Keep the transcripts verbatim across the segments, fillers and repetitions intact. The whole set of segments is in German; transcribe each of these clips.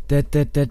Wir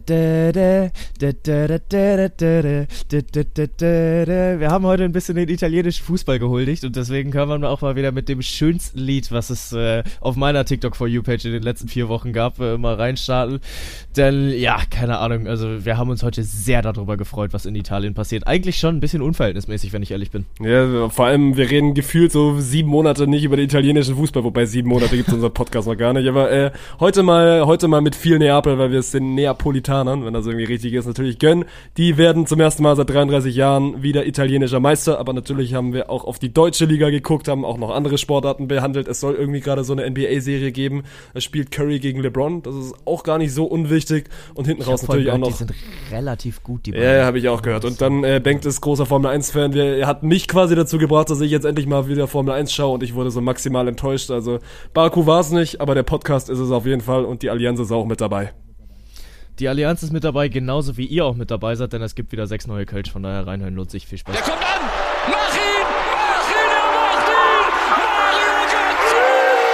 haben heute ein bisschen den italienischen Fußball gehuldigt und deswegen können wir auch mal wieder mit dem schönsten Lied, was es äh, auf meiner TikTok For You-Page in den letzten vier Wochen gab, äh, mal reinstarten. Denn, ja, keine Ahnung, also wir haben uns heute sehr darüber gefreut, was in Italien passiert. Eigentlich schon ein bisschen unverhältnismäßig, wenn ich ehrlich bin. Ja, vor allem, wir reden gefühlt so sieben Monate nicht über den italienischen Fußball, wobei sieben Monate gibt es unser Podcast noch gar nicht. Aber äh, heute mal heute mal mit viel Neapel, weil wir es den Neapolitanern, wenn das irgendwie richtig ist, natürlich gönnen. Die werden zum ersten Mal seit dreiunddreißig Jahren wieder italienischer Meister, aber natürlich haben wir auch auf die deutsche Liga geguckt, haben auch noch andere Sportarten behandelt. Es soll irgendwie gerade so eine N B A-Serie geben. Da spielt Curry gegen LeBron, das ist auch gar nicht so unwichtig. Und hinten raus natürlich gehört, auch noch... Die sind relativ gut, die beiden. Ja, habe ich auch gehört. Und dann äh, Bengt ist großer Formel eins Fan. Er hat mich quasi dazu gebracht, dass ich jetzt endlich mal wieder Formel eins schaue und ich wurde so maximal enttäuscht. Also Baku war es nicht, aber der Podcast ist es auf jeden Fall und die Allianz ist auch mit dabei. Die Allianz ist mit dabei, genauso wie ihr auch mit dabei seid, denn es gibt wieder sechs neue Kölsch, von daher reinhören lohnt sich. Viel Spaß. Der kommt an! Mach ihn! Mach ihn! Er macht ihn! Mario Götze!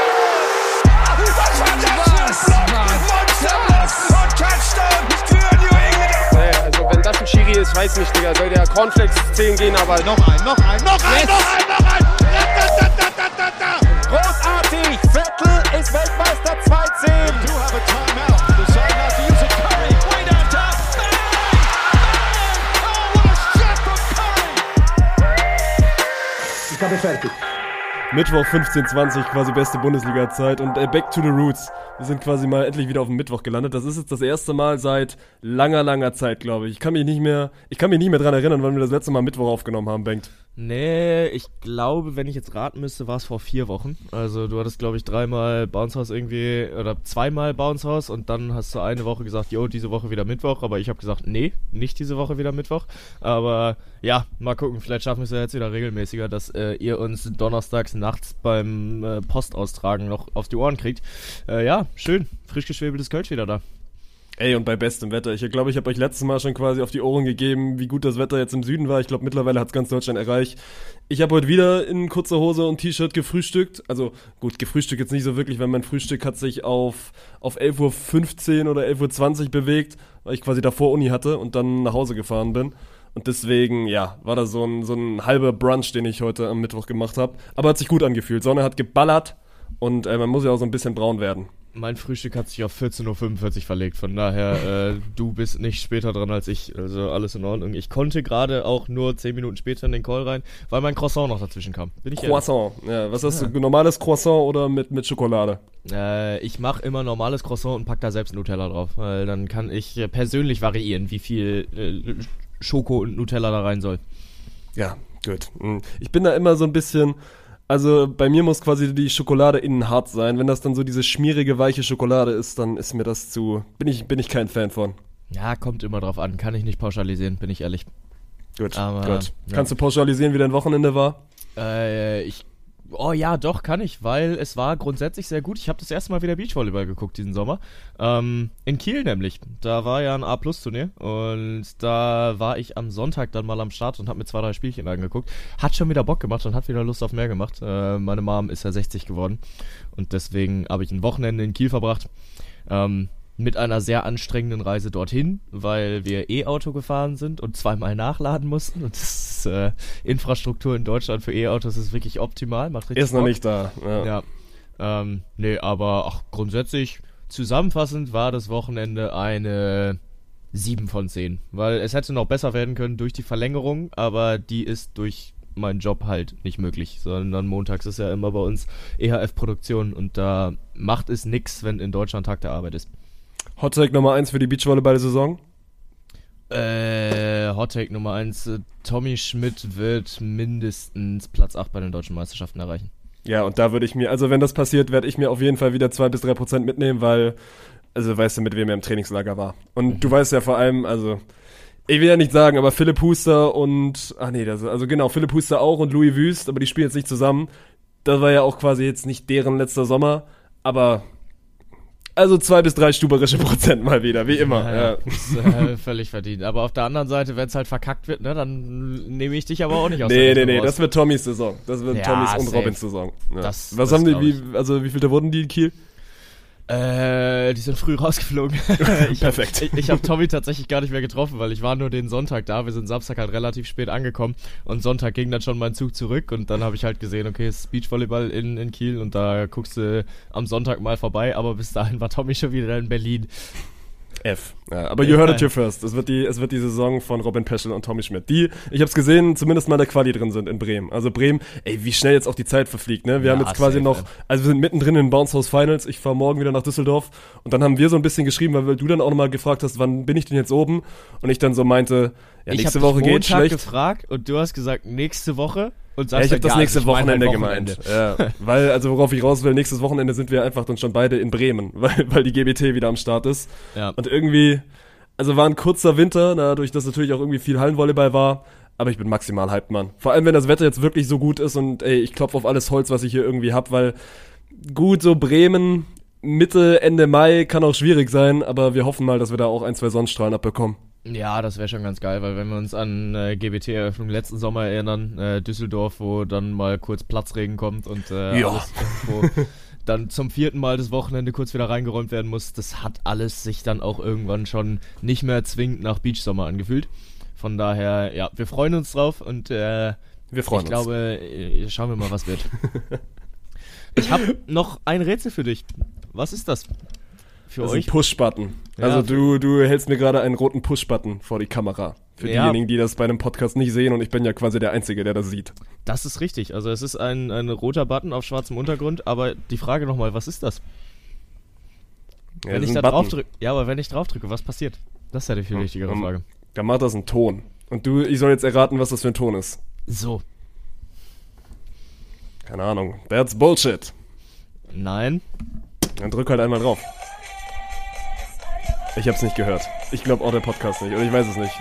Was war das für ein Monsterblock und Touchdown für New England! Naja, also wenn das ein Schiri ist, weiß nicht, Digga. Soll der Cornflakes zehn gehen, aber... Noch ein, noch ein, noch ein, yes. noch ein, noch ein! Da, da, da, da, da, da. Großartig! Vettel ist Weltmeister zweizehn! You have a timeout. Decide not to use it. Curry, way down top. Bang! Bang! Oh, what a shot from Curry! Ich habe fertig. Mittwoch fünfzehn zwanzig, quasi beste Bundesliga-Zeit und äh, back to the roots. Wir sind quasi mal endlich wieder auf dem Mittwoch gelandet. Das ist jetzt das erste Mal seit langer, langer Zeit, glaube ich. Ich kann mich nicht mehr, ich kann mich nicht mehr dran erinnern, wann wir das letzte Mal Mittwoch aufgenommen haben, Bengt. Nee, ich glaube, wenn ich jetzt raten müsste, war es vor vier Wochen. Also du hattest, glaube ich, dreimal Bounce House irgendwie, oder zweimal Bounce House und dann hast du eine Woche gesagt, jo, diese Woche wieder Mittwoch, aber ich habe gesagt, nee, nicht diese Woche wieder Mittwoch. Aber ja, mal gucken, vielleicht schaffen wir es ja jetzt wieder regelmäßiger, dass äh, ihr uns donnerstags nachts beim äh, Postaustragen noch auf die Ohren kriegt. Äh, ja, schön, frisch geschwebeltes Kölsch wieder da. Ey, und bei bestem Wetter. Ich glaube, ich habe euch letztes Mal schon quasi auf die Ohren gegeben, wie gut das Wetter jetzt im Süden war. Ich glaube, mittlerweile hat es ganz Deutschland erreicht. Ich habe heute wieder in kurzer Hose und T-Shirt gefrühstückt. Also gut, gefrühstückt jetzt nicht so wirklich, weil mein Frühstück hat sich auf, auf elf Uhr fünfzehn oder elf Uhr zwanzig bewegt, weil ich quasi davor Uni hatte und dann nach Hause gefahren bin. Und deswegen, ja, war das so ein, so ein halber Brunch, den ich heute am Mittwoch gemacht habe. Aber hat sich gut angefühlt. Sonne hat geballert und äh, man muss ja auch so ein bisschen braun werden. Mein Frühstück hat sich auf vierzehn Uhr fünfundvierzig verlegt, von daher, äh, du bist nicht später dran als ich, also alles in Ordnung. Ich konnte gerade auch nur zehn Minuten später in den Call rein, weil mein Croissant noch dazwischen kam. Bin ich Croissant, ehrlich? Ja, was hast ja. du, normales Croissant oder mit, mit Schokolade? Äh, ich mache immer normales Croissant und pack da selbst Nutella drauf, weil dann kann ich persönlich variieren, wie viel äh, Schoko und Nutella da rein soll. Ja, gut. Ich bin da immer so ein bisschen... Also bei mir muss quasi die Schokolade innen hart sein. Wenn das dann so diese schmierige, weiche Schokolade ist, dann ist mir das zu... Bin ich, bin ich kein Fan von. Ja, kommt immer drauf an. Kann ich nicht pauschalisieren, bin ich ehrlich. Gut, Aber, gut. Ja. Kannst du pauschalisieren, wie dein Wochenende war? Äh, ich... Oh ja, doch, kann ich, weil es war grundsätzlich sehr gut. Ich habe das erste Mal wieder Beachvolleyball geguckt diesen Sommer. Ähm, in Kiel nämlich. Da war ja ein A-Plus-Turnier und da war ich am Sonntag dann mal am Start und habe mir zwei, drei Spielchen angeguckt. Hat schon wieder Bock gemacht und hat wieder Lust auf mehr gemacht. Äh, meine Mom ist ja sechzig geworden und deswegen habe ich ein Wochenende in Kiel verbracht. Ähm, mit einer sehr anstrengenden Reise dorthin, weil wir E-Auto gefahren sind und zweimal nachladen mussten. Und das ist, äh, Infrastruktur in Deutschland für E-Autos ist wirklich optimal. Macht richtig Ist noch Bock. nicht da. Ja. ja. Ähm, nee, aber ach, grundsätzlich zusammenfassend war das Wochenende eine sieben von zehn. Weil es hätte noch besser werden können durch die Verlängerung, aber die ist durch meinen Job halt nicht möglich, sondern montags ist ja immer bei uns E H F-Produktion und da macht es nix, wenn in Deutschland Tag der Arbeit ist. Hot Take Nummer eins für die Beachvolleyball-Saison? Äh, Hot Take Nummer eins. Tommy Schmidt wird mindestens Platz acht bei den deutschen Meisterschaften erreichen. Ja, und da würde ich mir, also wenn das passiert, werde ich mir auf jeden Fall wieder zwei bis drei Prozent mitnehmen, weil, also weißt du, mit wem er im Trainingslager war. Und mhm. du weißt ja vor allem, also, ich will ja nicht sagen, aber Philipp Huster und, ach nee, das, also genau, Philipp Huster auch und Louis Wüst, aber die spielen jetzt nicht zusammen. Das war ja auch quasi jetzt nicht deren letzter Sommer, aber... Also zwei bis drei stuberische Prozent mal wieder, wie immer. Ja, ja. ja. Ist, äh, völlig verdient. Aber auf der anderen Seite, wenn es halt verkackt wird, ne, dann nehme ich dich aber auch nicht aus nee, der Nee, nee, nee, raus. das wird Tommys Saison. Das wird ja, Tommys und safe. Robins Saison. Ja. Das, Was das haben die, wie, also wie viel da wurden die in Kiel? Äh, die sind früh rausgeflogen. ich Perfekt. Hab, ich ich habe Tommy tatsächlich gar nicht mehr getroffen, weil ich war nur den Sonntag da. Wir sind Samstag halt relativ spät angekommen und Sonntag ging dann schon mein Zug zurück und dann habe ich halt gesehen, okay, es ist Beachvolleyball in, in Kiel und da guckst du am Sonntag mal vorbei, aber bis dahin war Tommy schon wieder in Berlin. F. Ja, aber you heard it here first. Es wird die, es wird die Saison von Robin Peschel und Tommy Schmidt, die, ich hab's gesehen, zumindest mal in der Quali drin sind in Bremen. Also Bremen, ey, wie schnell jetzt auch die Zeit verfliegt, ne? Wir Ja, haben jetzt quasi safe, noch, man. also wir sind mittendrin in den Bounce House Finals. Ich fahr morgen wieder nach Düsseldorf und dann haben wir so ein bisschen geschrieben, weil du dann auch nochmal gefragt hast, wann bin ich denn jetzt oben? Und ich dann so meinte, ja, ich nächste hab Woche dich geht Montag schlecht. gefragt und du hast gesagt, nächste Woche. Und Ja, sagst ich habe dann, das ja, nächste also ich meine Wochenende, halt gemeint. Ja, weil, also worauf ich raus will, nächstes Wochenende sind wir einfach dann schon beide in Bremen, weil, weil die G B T wieder am Start ist. Ja. Und irgendwie, also war ein kurzer Winter, dadurch, dass natürlich auch irgendwie viel Hallenvolleyball war, aber ich bin maximal hyped, Mann. Vor allem, wenn das Wetter jetzt wirklich so gut ist und ey, ich klopfe auf alles Holz, was ich hier irgendwie hab, weil gut, so Bremen, Mitte, Ende Mai kann auch schwierig sein, aber wir hoffen mal, dass wir da auch ein, zwei Sonnenstrahlen abbekommen. Ja, das wäre schon ganz geil, weil wenn wir uns an äh, G B T-Eröffnung letzten Sommer erinnern, äh, Düsseldorf, wo dann mal kurz Platzregen kommt und äh, Ja. alles irgendwo dann zum vierten Mal das Wochenende kurz wieder reingeräumt werden muss, das hat alles sich dann auch irgendwann schon nicht mehr zwingend nach Beachsommer angefühlt. Von daher, ja, wir freuen uns drauf und äh, Wir freuen ich uns. glaube, äh, schauen wir mal, was wird. Ich habe noch ein Rätsel für dich. Was ist das? Für Das ist ein euch? Push-Button. Ja, Also für- du, du hältst mir gerade einen roten Push-Button vor die Kamera. Für Ja. diejenigen, die das bei einem Podcast nicht sehen und ich bin ja quasi der Einzige, der das sieht. Das ist richtig. Also es ist ein, ein roter Button auf schwarzem Untergrund, aber die Frage nochmal, was ist das? Ja, wenn das ich ist da ein drauf Button. drücke, ja, aber wenn ich drauf drücke, was passiert? Das ist ja die viel wichtigere Um, Frage. Dann macht das einen Ton. Und du, ich soll jetzt erraten, was das für ein Ton ist. So, Keine Ahnung. That's Bullshit. nein. Dann drück halt einmal drauf. Ich hab's nicht gehört. Ich glaube auch der Podcast nicht. Oder ich weiß es nicht.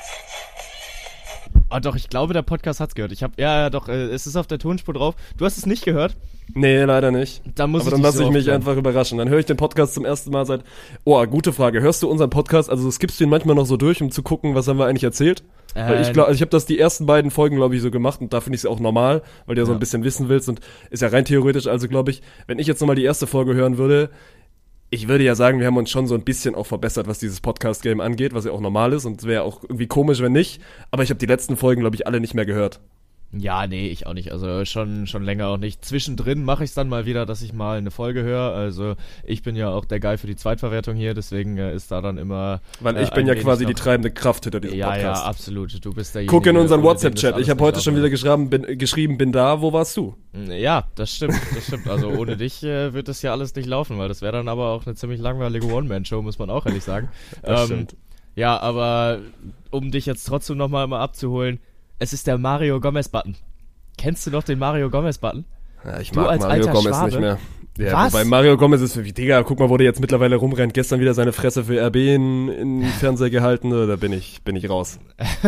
Ah, doch, ich glaube, der Podcast hat's gehört. Ich habe, ja, ja, doch, äh, es ist auf der Tonspur drauf. Du hast es nicht gehört? Nee, leider nicht. Dann muss Aber ich dann dich lasse so ich mich aufklären. einfach überraschen. Dann höre ich den Podcast zum ersten Mal seit... Oh, gute Frage. Hörst du unseren Podcast? Also skippst du ihn manchmal noch so durch, um zu gucken, was haben wir eigentlich erzählt? Weil ich Äh, glaube, also ich habe das die ersten beiden Folgen, glaube ich, so gemacht und da finde ich es auch normal, weil du ja so Ja. ein bisschen wissen willst und ist ja rein theoretisch, also glaube ich, wenn ich jetzt nochmal die erste Folge hören würde, ich würde ja sagen, wir haben uns schon so ein bisschen auch verbessert, was dieses Podcast-Game angeht, was ja auch normal ist und es wäre auch irgendwie komisch, wenn nicht, aber ich habe die letzten Folgen, glaube ich, alle nicht mehr gehört. Ja, nee, ich auch nicht. Also schon schon länger auch nicht. Zwischendrin mache ich es dann mal wieder, dass ich mal eine Folge höre. Also ich bin ja auch der Guy für die Zweitverwertung hier, deswegen äh, ist da dann immer... Weil äh, ich bin ein ja wenig quasi noch- die treibende Kraft hinter diesem Ja, Podcast. ja, absolut. Du bist derjenige... Guck in unseren ohne den das WhatsApp-Chat. alles Ich habe nicht heute schon laufen wieder geschrieben bin, geschrieben, bin da, wo warst du? würde. Ja, das stimmt, das stimmt. Also ohne dich äh, wird das ja alles nicht laufen, weil das wäre dann aber auch eine ziemlich langweilige One-Man-Show, muss man auch ehrlich sagen. Das stimmt. Ja, aber um dich jetzt trotzdem nochmal mal abzuholen, es ist der Mario Gomez-Button. Kennst du noch den Mario Gomez-Button? Ja, ich Du mag als Mario alter Gomez Schwabe? nicht mehr. Ja, Was? wobei Mario Gomez ist wie, Digga, guck mal, wo der jetzt mittlerweile rumrennt. Gestern wieder seine Fresse für R B in, in den Fernseher gehalten, da bin ich, bin ich raus.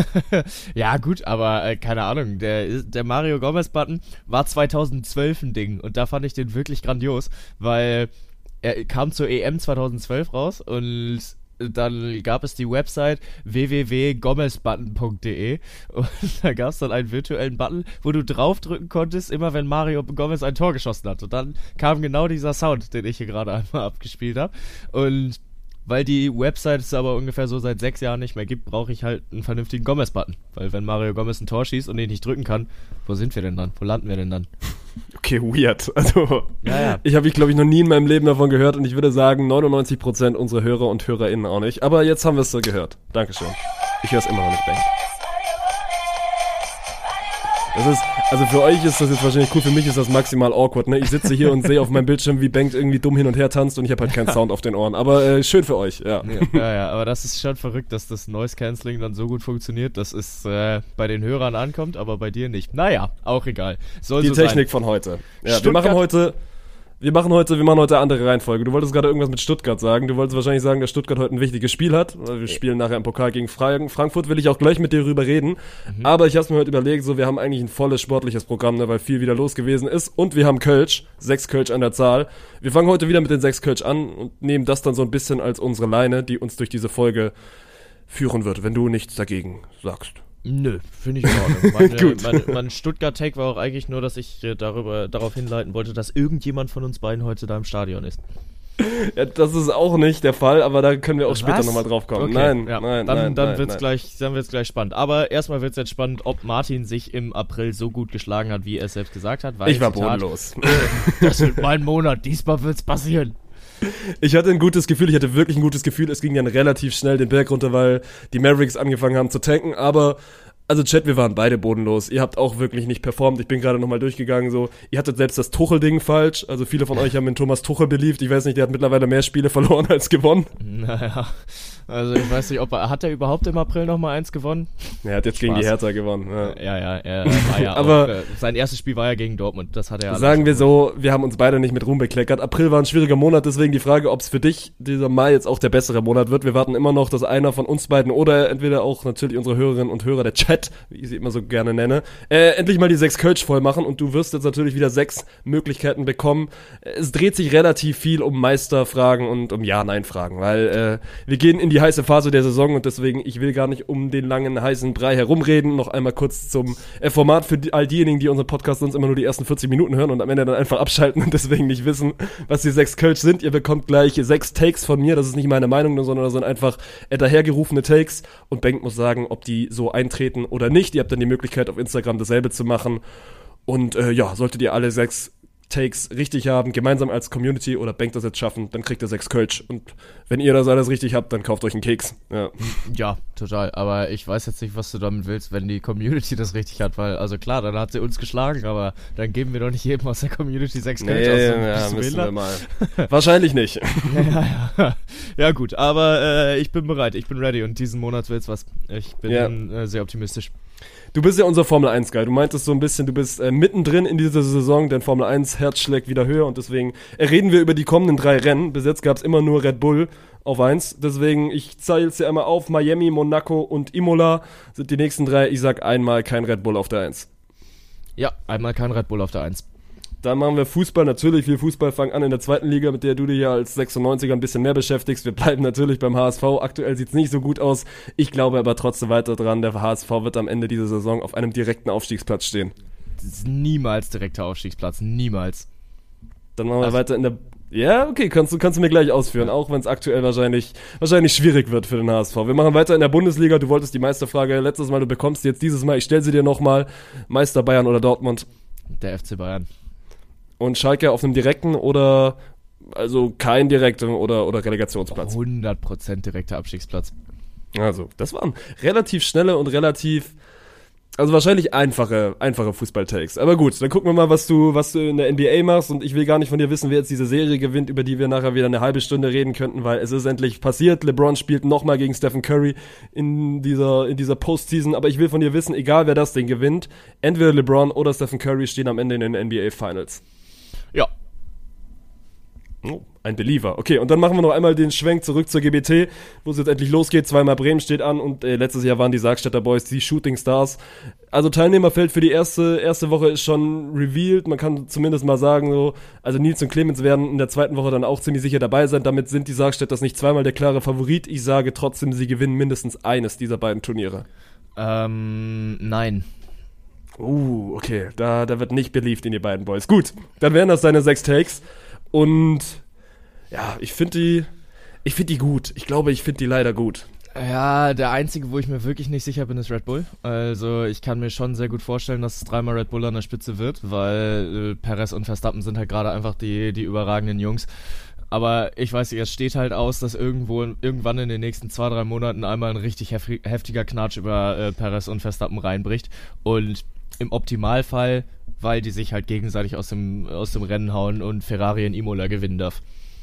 Ja, gut, aber äh, keine Ahnung, der, ist- der Mario Gomez-Button war zweitausendzwölf ein Ding und da fand ich den wirklich grandios, weil er kam zur E M zweitausendzwölf raus und dann gab es die Website w w w punkt gomezbutton punkt d e und da gab es dann einen virtuellen Button, wo du draufdrücken konntest, immer wenn Mario Gomez ein Tor geschossen hat. Und dann kam genau dieser Sound, den ich hier gerade einmal abgespielt habe. Und weil die Website es aber ungefähr so seit sechs Jahren nicht mehr gibt, brauche ich halt einen vernünftigen Gomez-Button. Weil wenn Mario Gomez ein Tor schießt und den nicht drücken kann, wo sind wir denn dann? Wo landen wir denn dann? Okay, weird. Also, Ja, ja. ich habe ich glaube ich noch nie in meinem Leben davon gehört und ich würde sagen, neunundneunzig Prozent unserer Hörer und HörerInnen auch nicht. Aber jetzt haben wir es so gehört. Dankeschön. Ich höre es immer noch nicht, Bang. Das ist, also für euch ist das jetzt wahrscheinlich cool, für mich ist das maximal awkward, ne? Ich sitze hier und sehe auf meinem Bildschirm, wie Bengt irgendwie dumm hin und her tanzt und ich habe halt keinen Sound auf den Ohren. Aber äh, schön für euch, ja. Ja, ja, ja, aber das ist schon verrückt, dass das Noise Cancelling dann so gut funktioniert, dass es äh, bei den Hörern ankommt, aber bei dir nicht. Naja, auch egal. Soll Die so Technik sein. von heute. Ja, wir Stuttgart- machen heute, wir machen heute, wir machen heute eine andere Reihenfolge. Du wolltest gerade irgendwas mit Stuttgart sagen. Du wolltest wahrscheinlich sagen, dass Stuttgart heute ein wichtiges Spiel hat. Wir spielen nachher im Pokal gegen Fra- Frankfurt, will ich auch gleich mit dir drüber reden. Mhm. Aber ich habe mir heute überlegt, so, wir haben eigentlich ein volles sportliches Programm, ne, weil viel wieder los gewesen ist. Und wir haben Kölsch, sechs Kölsch an der Zahl. Wir fangen heute wieder mit den sechs Kölsch an und nehmen das dann so ein bisschen als unsere Leine, die uns durch diese Folge führen wird, wenn du nichts dagegen sagst. Nö, finde ich in Ordnung. Meine, Gut. mein, mein Stuttgart-Take war auch eigentlich nur, dass ich äh, darüber, darauf hinleiten wollte, dass irgendjemand von uns beiden heute da im Stadion ist. Ja, das ist auch nicht der Fall, aber da können wir auch Was? später nochmal drauf kommen. Okay, Nein, ja. nein, dann, nein. dann nein, wird's nein. gleich, dann wird's gleich spannend. Aber erstmal wird's jetzt spannend, ob Martin sich im April so gut geschlagen hat, wie er es selbst gesagt hat. Weil, Ich war Zitat, bodenlos. Das wird mein Monat, diesmal wird's passieren. Ich hatte ein gutes Gefühl, ich hatte wirklich ein gutes Gefühl. Es ging dann relativ schnell den Berg runter, weil die Mavericks angefangen haben zu tanken, aber also Chat, wir waren beide bodenlos. Ihr habt auch wirklich nicht performt. Ich bin gerade nochmal durchgegangen, so. Ihr hattet selbst das Tuchel-Ding falsch. Also viele von euch haben in Thomas Tuchel beliebt. Ich weiß nicht, der hat mittlerweile mehr Spiele verloren als gewonnen. Naja, also ich weiß nicht, ob er, hat er überhaupt im April nochmal eins gewonnen? Er hat jetzt gegen Spaß. die Hertha gewonnen. Ja. Ja, ja, er war ja Aber auch, äh, sein erstes Spiel war ja gegen Dortmund, das hat er ja. Sagen wir so, wir haben uns beide nicht mit Ruhm bekleckert. April war ein schwieriger Monat, deswegen die Frage, ob es für dich dieser Mai jetzt auch der bessere Monat wird. Wir warten immer noch, dass einer von uns beiden oder entweder auch natürlich unsere Hörerinnen und Hörer, der Chat, wie ich sie immer so gerne nenne, äh, endlich mal die sechs Kölsch voll machen und du wirst jetzt natürlich wieder sechs Möglichkeiten bekommen. Es dreht sich relativ viel um Meisterfragen und um Ja-Nein-Fragen, weil äh, wir gehen in die heiße Phase der Saison und deswegen, ich will gar nicht um den langen, heißen Brei herumreden. Noch einmal kurz zum äh, Format für die, all diejenigen, die unseren Podcast sonst immer nur die ersten vierzig Minuten hören und am Ende dann einfach abschalten und deswegen nicht wissen, was die sechs Kölsch sind. Ihr bekommt gleich sechs Takes von mir, das ist nicht meine Meinung, sondern das sind einfach äh, dahergerufene Takes und Bengt muss sagen, ob die so eintreten oder nicht. Ihr habt dann die Möglichkeit, auf Instagram dasselbe zu machen und äh, ja, solltet ihr alle sechs Takes richtig haben, gemeinsam als Community oder Bengt das jetzt schaffen, dann kriegt ihr sechs Kölsch. Und wenn ihr das alles richtig habt, dann kauft euch einen Keks. Ja. Ja, total. Aber ich weiß jetzt nicht, was du damit willst, wenn die Community das richtig hat, weil, also klar, dann hat sie uns geschlagen, aber dann geben wir doch nicht jedem aus der Community sechs Kölsch aus. ja, ja, müssen wir mal. Wahrscheinlich nicht. Ja, ja, ja. Ja, gut, aber äh, ich bin bereit, ich bin ready und diesen Monat wird's was. Ich bin Ja. äh, sehr optimistisch. Du bist ja unser Formel eins Guy. Du meintest so ein bisschen, du bist äh, mittendrin in dieser Saison, denn Formel eins Herz schlägt wieder höher und deswegen äh, reden wir über die kommenden drei Rennen. Bis jetzt gab es immer nur Red Bull auf eins. Deswegen, ich zeige es dir einmal auf. Miami, Monaco und Imola sind die nächsten drei. Ich sag einmal kein Red Bull auf der eins. Ja, einmal kein Red Bull auf der eins. Dann machen wir Fußball, natürlich viel Fußball, fangen an in der zweiten Liga, mit der du dich ja als sechsundneunziger ein bisschen mehr beschäftigst. Wir bleiben natürlich beim H S V, aktuell sieht's nicht so gut aus. Ich glaube aber trotzdem weiter dran, der H S V wird am Ende dieser Saison auf einem direkten Aufstiegsplatz stehen. Das ist niemals direkter Aufstiegsplatz, niemals. Dann machen wir Also- weiter in der... Ja, okay, kannst du, kannst du mir gleich ausführen, auch wenn es aktuell wahrscheinlich, wahrscheinlich schwierig wird für den H S V. Wir machen weiter in der Bundesliga, du wolltest die Meisterfrage letztes Mal, du bekommst sie jetzt dieses Mal, ich stelle sie dir nochmal. Meister Bayern oder Dortmund? Der F C Bayern. Und Schalke auf einem direkten oder, also kein direkten oder, oder Relegationsplatz? hundert Prozent direkter Abstiegsplatz. Also, das waren relativ schnelle und relativ, also wahrscheinlich einfache, einfache Fußball-Takes. Aber gut, dann gucken wir mal, was du, was du in der N B A machst. Und ich will gar nicht von dir wissen, wer jetzt diese Serie gewinnt, über die wir nachher wieder eine halbe Stunde reden könnten, weil es ist endlich passiert. LeBron spielt nochmal gegen Stephen Curry in dieser, in dieser Postseason. Aber ich will von dir wissen, egal wer das Ding gewinnt, entweder LeBron oder Stephen Curry stehen am Ende in den N B A Finals. Ja. Oh, ein Believer. Okay, und dann machen wir noch einmal den Schwenk zurück zur G B T, wo es jetzt endlich losgeht. Zweimal Bremen steht an und äh, letztes Jahr waren die Sargstädter Boys die Shooting Stars. Also Teilnehmerfeld für die erste erste Woche ist schon revealed. Man kann zumindest mal sagen, so, also Nils und Clemens werden in der zweiten Woche dann auch ziemlich sicher dabei sein. Damit sind die Sargstädters nicht zweimal der klare Favorit. Ich sage trotzdem, sie gewinnen mindestens eines dieser beiden Turniere. Ähm, nein. Uh, okay, da, da wird nicht beliebt in die beiden Boys. Gut, dann wären das deine sechs Takes. Und ja, ich finde die, ich finde die gut. Ich glaube, ich finde die leider gut. Ja, der einzige, wo ich mir wirklich nicht sicher bin, ist Red Bull. Also ich kann mir schon sehr gut vorstellen, dass es dreimal Red Bull an der Spitze wird, weil äh, Perez und Verstappen sind halt gerade einfach die, die überragenden Jungs. Aber ich weiß nicht, es steht halt aus, dass irgendwo irgendwann in den nächsten zwei, drei Monaten einmal ein richtig hef- heftiger Knatsch über äh, Perez und Verstappen reinbricht. Und im Optimalfall, weil die sich halt gegenseitig aus dem, aus dem Rennen hauen und Ferrari in Imola gewinnen darf.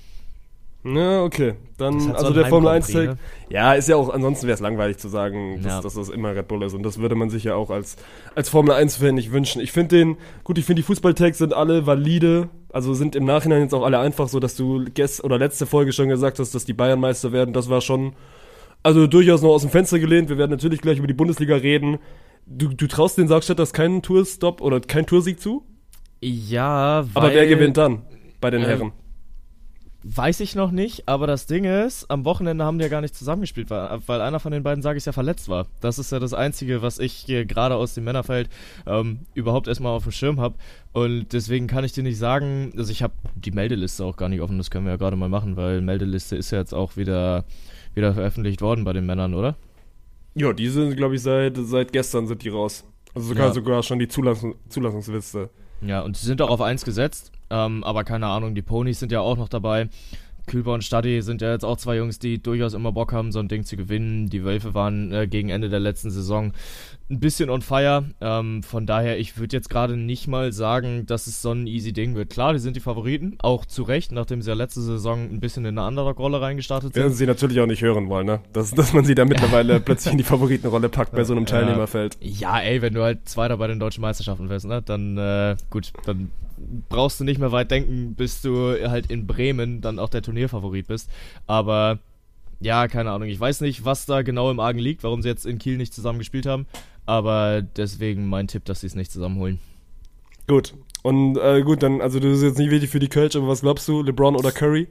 Ja, okay. Dann, Das hat so also ein der Formel eins Heim-Grand Take. Prix, Ja, ist ja auch, ansonsten wäre es langweilig zu sagen, dass, Ja. dass das immer Red Bull ist. Und das würde man sich ja auch als, als Formel eins Fan nicht wünschen. Ich finde den, gut, ich finde die Fußball-Tags sind alle valide. Also sind im Nachhinein jetzt auch alle einfach so, dass du gest oder letzte Folge schon gesagt hast, dass die Bayern Meister werden. Das war schon, also durchaus noch aus dem Fenster gelehnt. Wir werden natürlich gleich über die Bundesliga reden. Du, du traust den Sargstädters keinen Tourstop oder keinen Toursieg zu? Ja, weil... Aber wer gewinnt dann bei den äh, Herren? weiß ich noch nicht, aber das Ding ist, am Wochenende haben die ja gar nicht zusammengespielt, weil, weil einer von den beiden, sage ich, ja verletzt war. Das ist ja das Einzige, was ich hier gerade aus dem Männerfeld ähm, überhaupt erstmal auf dem Schirm habe. Und deswegen kann ich dir nicht sagen, also ich habe die Meldeliste auch gar nicht offen, das können wir ja gerade mal machen, weil Meldeliste ist ja jetzt auch wieder, wieder veröffentlicht worden bei den Männern, oder? Ja, die sind, glaube ich, seit, seit gestern sind die raus. Also sogar, Ja. sogar schon die Zulassung, Zulassungsliste. Ja, und sie sind auch auf eins gesetzt, ähm, aber keine Ahnung, die Ponys sind ja auch noch dabei. Kühlber und Stadi sind ja jetzt auch zwei Jungs, die durchaus immer Bock haben, so ein Ding zu gewinnen. Die Wölfe waren äh, gegen Ende der letzten Saison ein bisschen on fire. Ähm, von daher, ich würde jetzt gerade nicht mal sagen, dass es so ein easy Ding wird. Klar, die sind die Favoriten, auch zu Recht, nachdem sie ja letzte Saison ein bisschen in eine andere Rolle reingestartet sind. Werden sie natürlich auch nicht hören wollen, ne? Dass, dass man sie da mittlerweile plötzlich in die Favoritenrolle packt bei so einem Teilnehmerfeld. Ja, ey, wenn du halt Zweiter bei den deutschen Meisterschaften wirst, ne, dann, äh, gut, dann brauchst du nicht mehr weit denken, bis du halt in Bremen dann auch der Turnierfavorit bist. Aber, ja, keine Ahnung, ich weiß nicht, was da genau im Argen liegt, warum sie jetzt in Kiel nicht zusammen gespielt haben. Aber deswegen mein Tipp, dass sie es nicht zusammenholen. Gut. Und äh, gut, dann, also du bist jetzt nicht wichtig für die Kölsch, aber was glaubst du, LeBron oder Curry?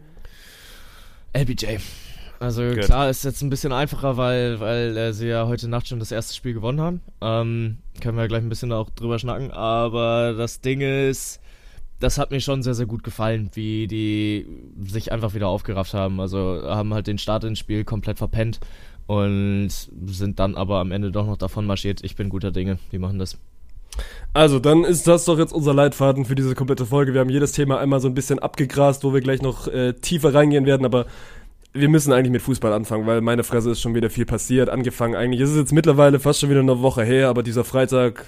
L B J. Also Good. Klar, ist jetzt ein bisschen einfacher, weil, weil äh, sie ja heute Nacht schon das erste Spiel gewonnen haben. Ähm, können wir gleich ein bisschen auch drüber schnacken. Aber das Ding ist, das hat mir schon sehr, sehr gut gefallen, wie die sich einfach wieder aufgerafft haben. Also haben halt den Start ins Spiel komplett verpennt und sind dann aber am Ende doch noch davon marschiert. Ich bin guter Dinge, die machen das. Also, dann ist das doch jetzt unser Leitfaden für diese komplette Folge. Wir haben jedes Thema einmal so ein bisschen abgegrast, wo wir gleich noch äh, tiefer reingehen werden, aber wir müssen eigentlich mit Fußball anfangen, weil meine Fresse ist schon wieder viel passiert. Angefangen eigentlich, es ist jetzt mittlerweile fast schon wieder eine Woche her, aber dieser Freitag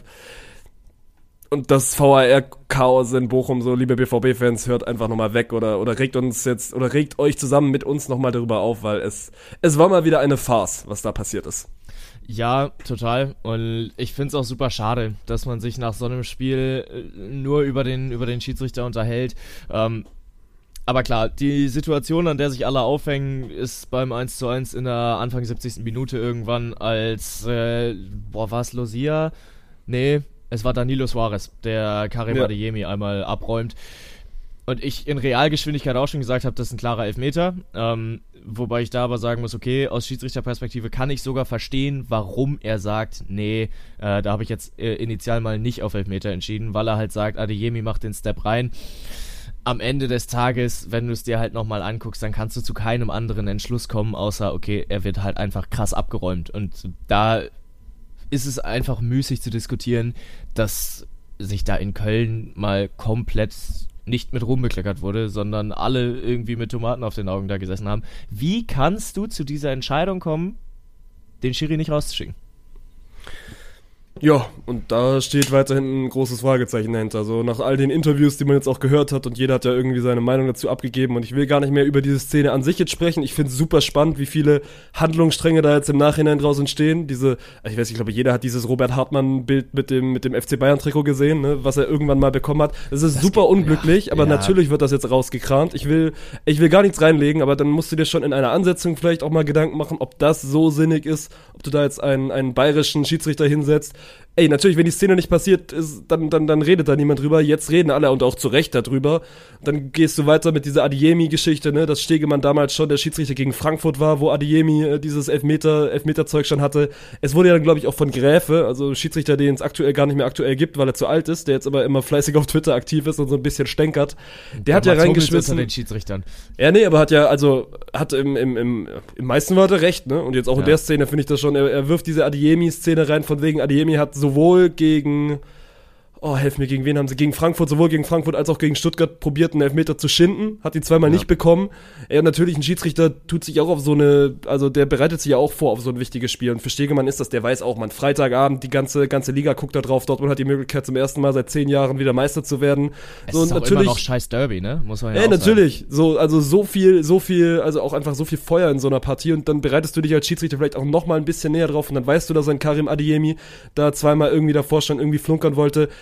und das V A R-Chaos in Bochum, so liebe B V B-Fans, hört einfach nochmal weg oder, oder regt uns jetzt, oder regt euch zusammen mit uns nochmal darüber auf, weil es, es war mal wieder eine Farce, was da passiert ist. Ja, total. Und ich finde es auch super schade, dass man sich nach so einem Spiel nur über den, über den Schiedsrichter unterhält. Ähm, aber klar, die Situation, an der sich alle aufhängen, ist beim eins zu eins in der Anfang siebzigsten Minute irgendwann, als, äh, boah, war es Lucia? Nee, es war Danilo Suarez, der Karim Ja. Adeyemi einmal abräumt. Und ich in Realgeschwindigkeit auch schon gesagt habe, das ist ein klarer Elfmeter. Ähm, wobei ich da aber sagen muss, okay, aus Schiedsrichterperspektive kann ich sogar verstehen, warum er sagt, nee, äh, da habe ich jetzt äh, initial mal nicht auf Elfmeter entschieden, weil er halt sagt, Adeyemi macht den Step rein. Am Ende des Tages, wenn du es dir halt nochmal anguckst, dann kannst du zu keinem anderen Entschluss kommen, außer, okay, er wird halt einfach krass abgeräumt. Und da ist es einfach müßig zu diskutieren, dass sich da in Köln mal komplett nicht mit Ruhm bekleckert wurde, sondern alle irgendwie mit Tomaten auf den Augen da gesessen haben. Wie kannst du zu dieser Entscheidung kommen, den Schiri nicht rauszuschicken? Ja, und da steht weiterhin ein großes Fragezeichen dahinter. So nach all den Interviews, die man jetzt auch gehört hat, und jeder hat ja irgendwie seine Meinung dazu abgegeben, und ich will gar nicht mehr über diese Szene an sich jetzt sprechen. Ich finde es super spannend, wie viele Handlungsstränge da jetzt im Nachhinein draus entstehen. Diese, ich weiß, ich glaube, jeder hat dieses Robert Hartmann-Bild mit dem mit dem F C Bayern-Trikot gesehen, ne, was er irgendwann mal bekommen hat. Das ist das super geht, unglücklich, ja, aber ja. Natürlich wird das jetzt rausgekramt. Ich will, ich will gar nichts reinlegen, aber dann musst du dir schon in einer Ansetzung vielleicht auch mal Gedanken machen, ob das so sinnig ist, ob du da jetzt einen, einen bayerischen Schiedsrichter hinsetzt. Ey, natürlich, wenn die Szene nicht passiert ist, dann, dann, dann redet da niemand drüber. Jetzt reden alle und auch zu Recht darüber. Dann gehst du weiter mit dieser Adeyemi-Geschichte, ne, dass Stegemann damals schon der Schiedsrichter gegen Frankfurt war, wo Adeyemi äh, dieses Elfmeter, Elfmeterzeug schon hatte. Es wurde ja dann, glaube ich, auch von Gräfe, also Schiedsrichter, den es aktuell gar nicht mehr aktuell gibt, weil er zu alt ist, der jetzt aber immer fleißig auf Twitter aktiv ist und so ein bisschen stänkert. Der, der hat ja reingeschmissen. Unter den Schiedsrichtern. Ja, nee, aber hat ja, also, hat im, im, im, im meisten war er recht, ne, und jetzt auch ja. in der Szene finde ich das schon, er, er wirft diese Adeyemi-Szene rein, von wegen Adeyemi hat sowohl gegen, oh, helf mir, gegen wen haben sie, gegen Frankfurt, sowohl gegen Frankfurt als auch gegen Stuttgart probiert, einen Elfmeter zu schinden, hat die zweimal ja. nicht bekommen. Er natürlich, ein Schiedsrichter tut sich auch auf so eine, also der bereitet sich ja auch vor auf so ein wichtiges Spiel, und für Stegemann ist das, der weiß auch, man, Freitagabend, die ganze ganze Liga guckt da drauf, Dortmund hat die Möglichkeit zum ersten Mal seit zehn Jahren wieder Meister zu werden. Es so, ist auch natürlich, immer noch scheiß Derby, ne, muss man ja ey, auch natürlich, sagen. so, also so viel, so viel, also auch einfach so viel Feuer in so einer Partie, und dann bereitest du dich als Schiedsrichter vielleicht auch noch mal ein bisschen näher drauf, und dann weißt du, dass ein Karim Adeyemi da zweimal irgendwie davor stand, irgendwie flunkern wollte.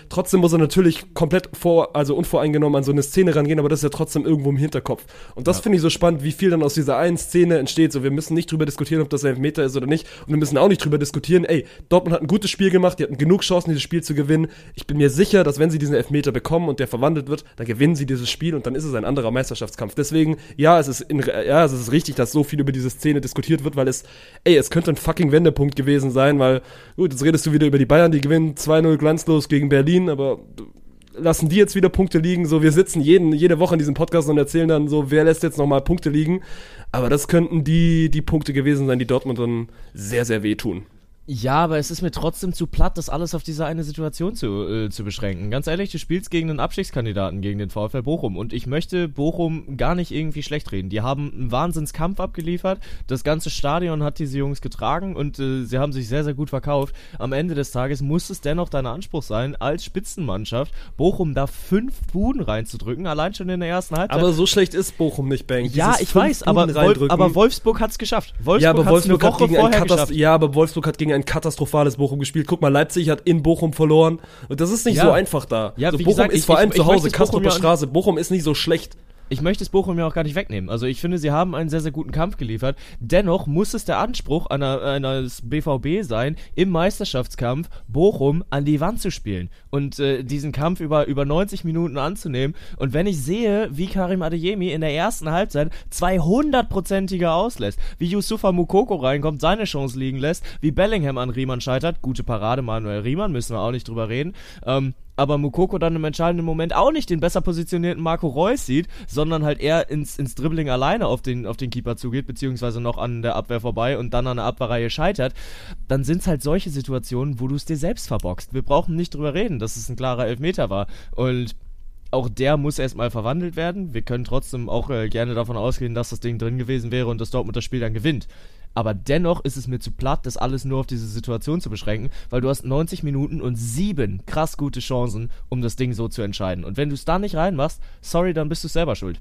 trotzdem muss er natürlich komplett vor, also unvoreingenommen an so eine Szene rangehen, aber das ist ja trotzdem irgendwo im Hinterkopf. Und das ja. finde ich so spannend, wie viel dann aus dieser einen Szene entsteht. So, wir müssen nicht drüber diskutieren, ob das Elfmeter ist oder nicht. Und wir müssen auch nicht drüber diskutieren, ey, Dortmund hat ein gutes Spiel gemacht, die hatten genug Chancen, dieses Spiel zu gewinnen. Ich bin mir sicher, dass wenn sie diesen Elfmeter bekommen und der verwandelt wird, dann gewinnen sie dieses Spiel und dann ist es ein anderer Meisterschaftskampf. Deswegen, ja, es ist, in, ja, es ist richtig, dass so viel über diese Szene diskutiert wird, weil es, ey, es könnte ein fucking Wendepunkt gewesen sein, weil, gut, jetzt redest du wieder über die Bayern, die gewinnen zwei null glanzlos gegen Berlin, aber lassen die jetzt wieder Punkte liegen, so, wir sitzen jeden, jede Woche in diesem Podcast und erzählen dann so, wer lässt jetzt nochmal Punkte liegen, aber das könnten die, die Punkte gewesen sein, die Dortmund dann sehr, sehr wehtun. Ja, aber es ist mir trotzdem zu platt, das alles auf diese eine Situation zu, äh, zu beschränken. Ganz ehrlich, du spielst gegen einen Abstiegskandidaten, gegen den VfL Bochum. Und ich möchte Bochum gar nicht irgendwie schlecht reden. Die haben einen Wahnsinnskampf abgeliefert. Das ganze Stadion hat diese Jungs getragen und äh, sie haben sich sehr, sehr gut verkauft. Am Ende des Tages muss es dennoch dein Anspruch sein, als Spitzenmannschaft Bochum da fünf Buden reinzudrücken, allein schon in der ersten Halbzeit. Aber so schlecht ist Bochum nicht, Bang. Ja, ich weiß, aber, Wolf, aber Wolfsburg hat's geschafft. Wolfsburg ja, aber Wolfsburg eine hat Woche gegen ein vorher Katast- geschafft. Ja, aber Wolfsburg hat gegen ein katastrophales Bochum gespielt. Guck mal, Leipzig hat in Bochum verloren. Und das ist nicht ja. so einfach da. Ja, so, wie Bochum gesagt, ist ich, vor allem ich, zu ich Hause, Kastrupper ja Straße. Bochum ist nicht so schlecht. Ich möchte es Bochum ja auch gar nicht wegnehmen. Also ich finde, sie haben einen sehr, sehr guten Kampf geliefert. Dennoch muss es der Anspruch einer, eines B V B sein, im Meisterschaftskampf Bochum an die Wand zu spielen und äh, diesen Kampf über, über neunzig Minuten anzunehmen. Und wenn ich sehe, wie Karim Adeyemi in der ersten Halbzeit zweihundertprozentiger auslässt, wie Youssoufa Moukoko reinkommt, seine Chance liegen lässt, wie Bellingham an Riemann scheitert, gute Parade Manuel Riemann, müssen wir auch nicht drüber reden, ähm, aber Moukoko dann im entscheidenden Moment auch nicht den besser positionierten Marco Reus sieht, sondern halt eher ins, ins Dribbling alleine auf den, auf den Keeper zugeht, beziehungsweise noch an der Abwehr vorbei und dann an der Abwehrreihe scheitert, dann sind es halt solche Situationen, wo du es dir selbst verboxt. Wir brauchen nicht drüber reden, dass es ein klarer Elfmeter war. Und auch der muss erstmal verwandelt werden. Wir können trotzdem auch äh, gerne davon ausgehen, dass das Ding drin gewesen wäre und dass Dortmund das Spiel dann gewinnt. Aber dennoch ist es mir zu platt, das alles nur auf diese Situation zu beschränken, weil du hast neunzig Minuten und sieben krass gute Chancen, um das Ding so zu entscheiden. Und wenn du es da nicht reinmachst, sorry, dann bist du selber schuld.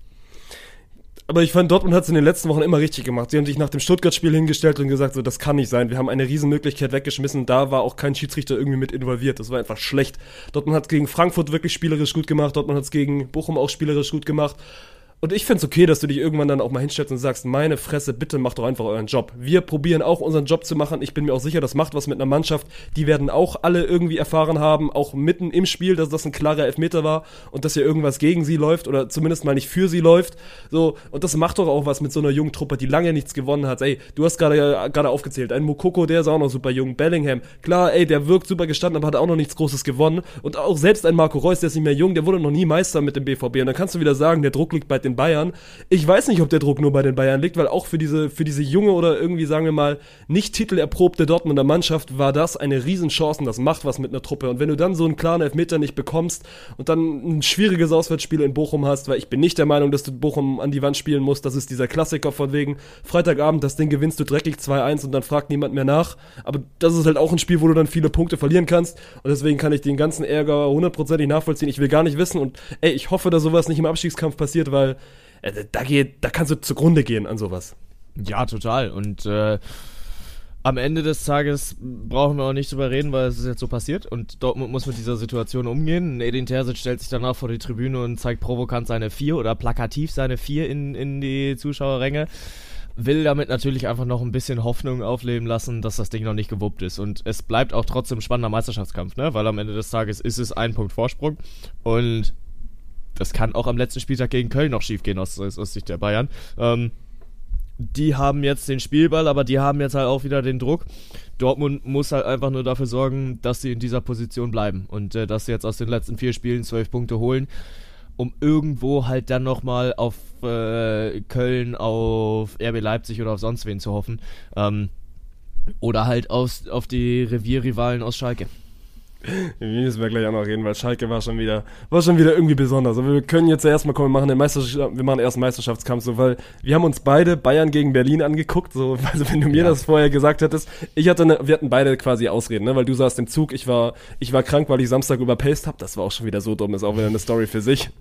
Aber ich fand, Dortmund hat es in den letzten Wochen immer richtig gemacht. Sie haben sich nach dem Stuttgart-Spiel hingestellt und gesagt, so, das kann nicht sein. Wir haben eine Riesenmöglichkeit weggeschmissen. Da war auch kein Schiedsrichter irgendwie mit involviert. Das war einfach schlecht. Dortmund hat es gegen Frankfurt wirklich spielerisch gut gemacht. Dortmund hat es gegen Bochum auch spielerisch gut gemacht. Und ich find's okay, dass du dich irgendwann dann auch mal hinstellst und sagst, meine Fresse, bitte macht doch einfach euren Job. Wir probieren auch unseren Job zu machen. Ich bin mir auch sicher, das macht was mit einer Mannschaft. Die werden auch alle irgendwie erfahren haben, auch mitten im Spiel, dass das ein klarer Elfmeter war und dass hier irgendwas gegen sie läuft oder zumindest mal nicht für sie läuft. So, und das macht doch auch was mit so einer jungen Truppe, die lange nichts gewonnen hat. Ey, du hast gerade gerade aufgezählt, ein Moukoko, der ist auch noch super jung. Bellingham, klar, ey, der wirkt super gestanden, aber hat auch noch nichts Großes gewonnen. Und auch selbst ein Marco Reus, der ist nicht mehr jung, der wurde noch nie Meister mit dem B V B. Und dann kannst du wieder sagen, der Druck liegt bei den Bayern. Ich weiß nicht, ob der Druck nur bei den Bayern liegt, weil auch für diese, für diese junge oder irgendwie, sagen wir mal, nicht titelerprobte Dortmunder Mannschaft war das eine Riesenchance und das macht was mit einer Truppe. Und wenn du dann so einen klaren Elfmeter nicht bekommst und dann ein schwieriges Auswärtsspiel in Bochum hast, weil ich bin nicht der Meinung, dass du Bochum an die Wand spielen musst, das ist dieser Klassiker von wegen Freitagabend, das Ding gewinnst du dreckig zwei eins und dann fragt niemand mehr nach. Aber das ist halt auch ein Spiel, wo du dann viele Punkte verlieren kannst und deswegen kann ich den ganzen Ärger hundertprozentig nachvollziehen. Ich will gar nicht wissen und ey, ich hoffe, dass sowas nicht im Abstiegskampf passiert, weil Da, geht, da kannst du zugrunde gehen an sowas. Ja, total. Und äh, am Ende des Tages brauchen wir auch nicht drüber reden, weil es ist jetzt so passiert. Und Dortmund muss mit dieser Situation umgehen. Edin Terzic stellt sich danach vor die Tribüne und zeigt provokant seine vier oder plakativ seine vier in, in die Zuschauerränge. Will damit natürlich einfach noch ein bisschen Hoffnung aufleben lassen, dass das Ding noch nicht gewuppt ist. Und es bleibt auch trotzdem ein spannender Meisterschaftskampf, ne? Weil am Ende des Tages ist es ein Punkt Vorsprung. Und das kann auch am letzten Spieltag gegen Köln noch schief gehen aus, aus Sicht der Bayern. Ähm, die haben jetzt den Spielball, aber die haben jetzt halt auch wieder den Druck. Dortmund muss halt einfach nur dafür sorgen, dass sie in dieser Position bleiben und äh, dass sie jetzt aus den letzten vier Spielen zwölf Punkte holen, um irgendwo halt dann nochmal auf äh, Köln, auf R B Leipzig oder auf sonst wen zu hoffen. Ähm, oder halt aus, auf die Revierrivalen aus Schalke. Wir müssen wir gleich auch noch reden, weil Schalke war schon wieder, war schon wieder irgendwie besonders. Aber wir können jetzt erstmal kommen, wir machen den Meisterschaft, wir machen erst einen Meisterschaftskampf, so, weil wir haben uns beide Bayern gegen Berlin angeguckt, so, also wenn du mir ja. das vorher gesagt hättest, ich hatte eine, wir hatten beide quasi Ausreden, ne, weil du saßt im Zug, ich war, ich war krank, weil ich Samstag überpaced hab, das war auch schon wieder so dumm, ist auch wieder eine Story für sich.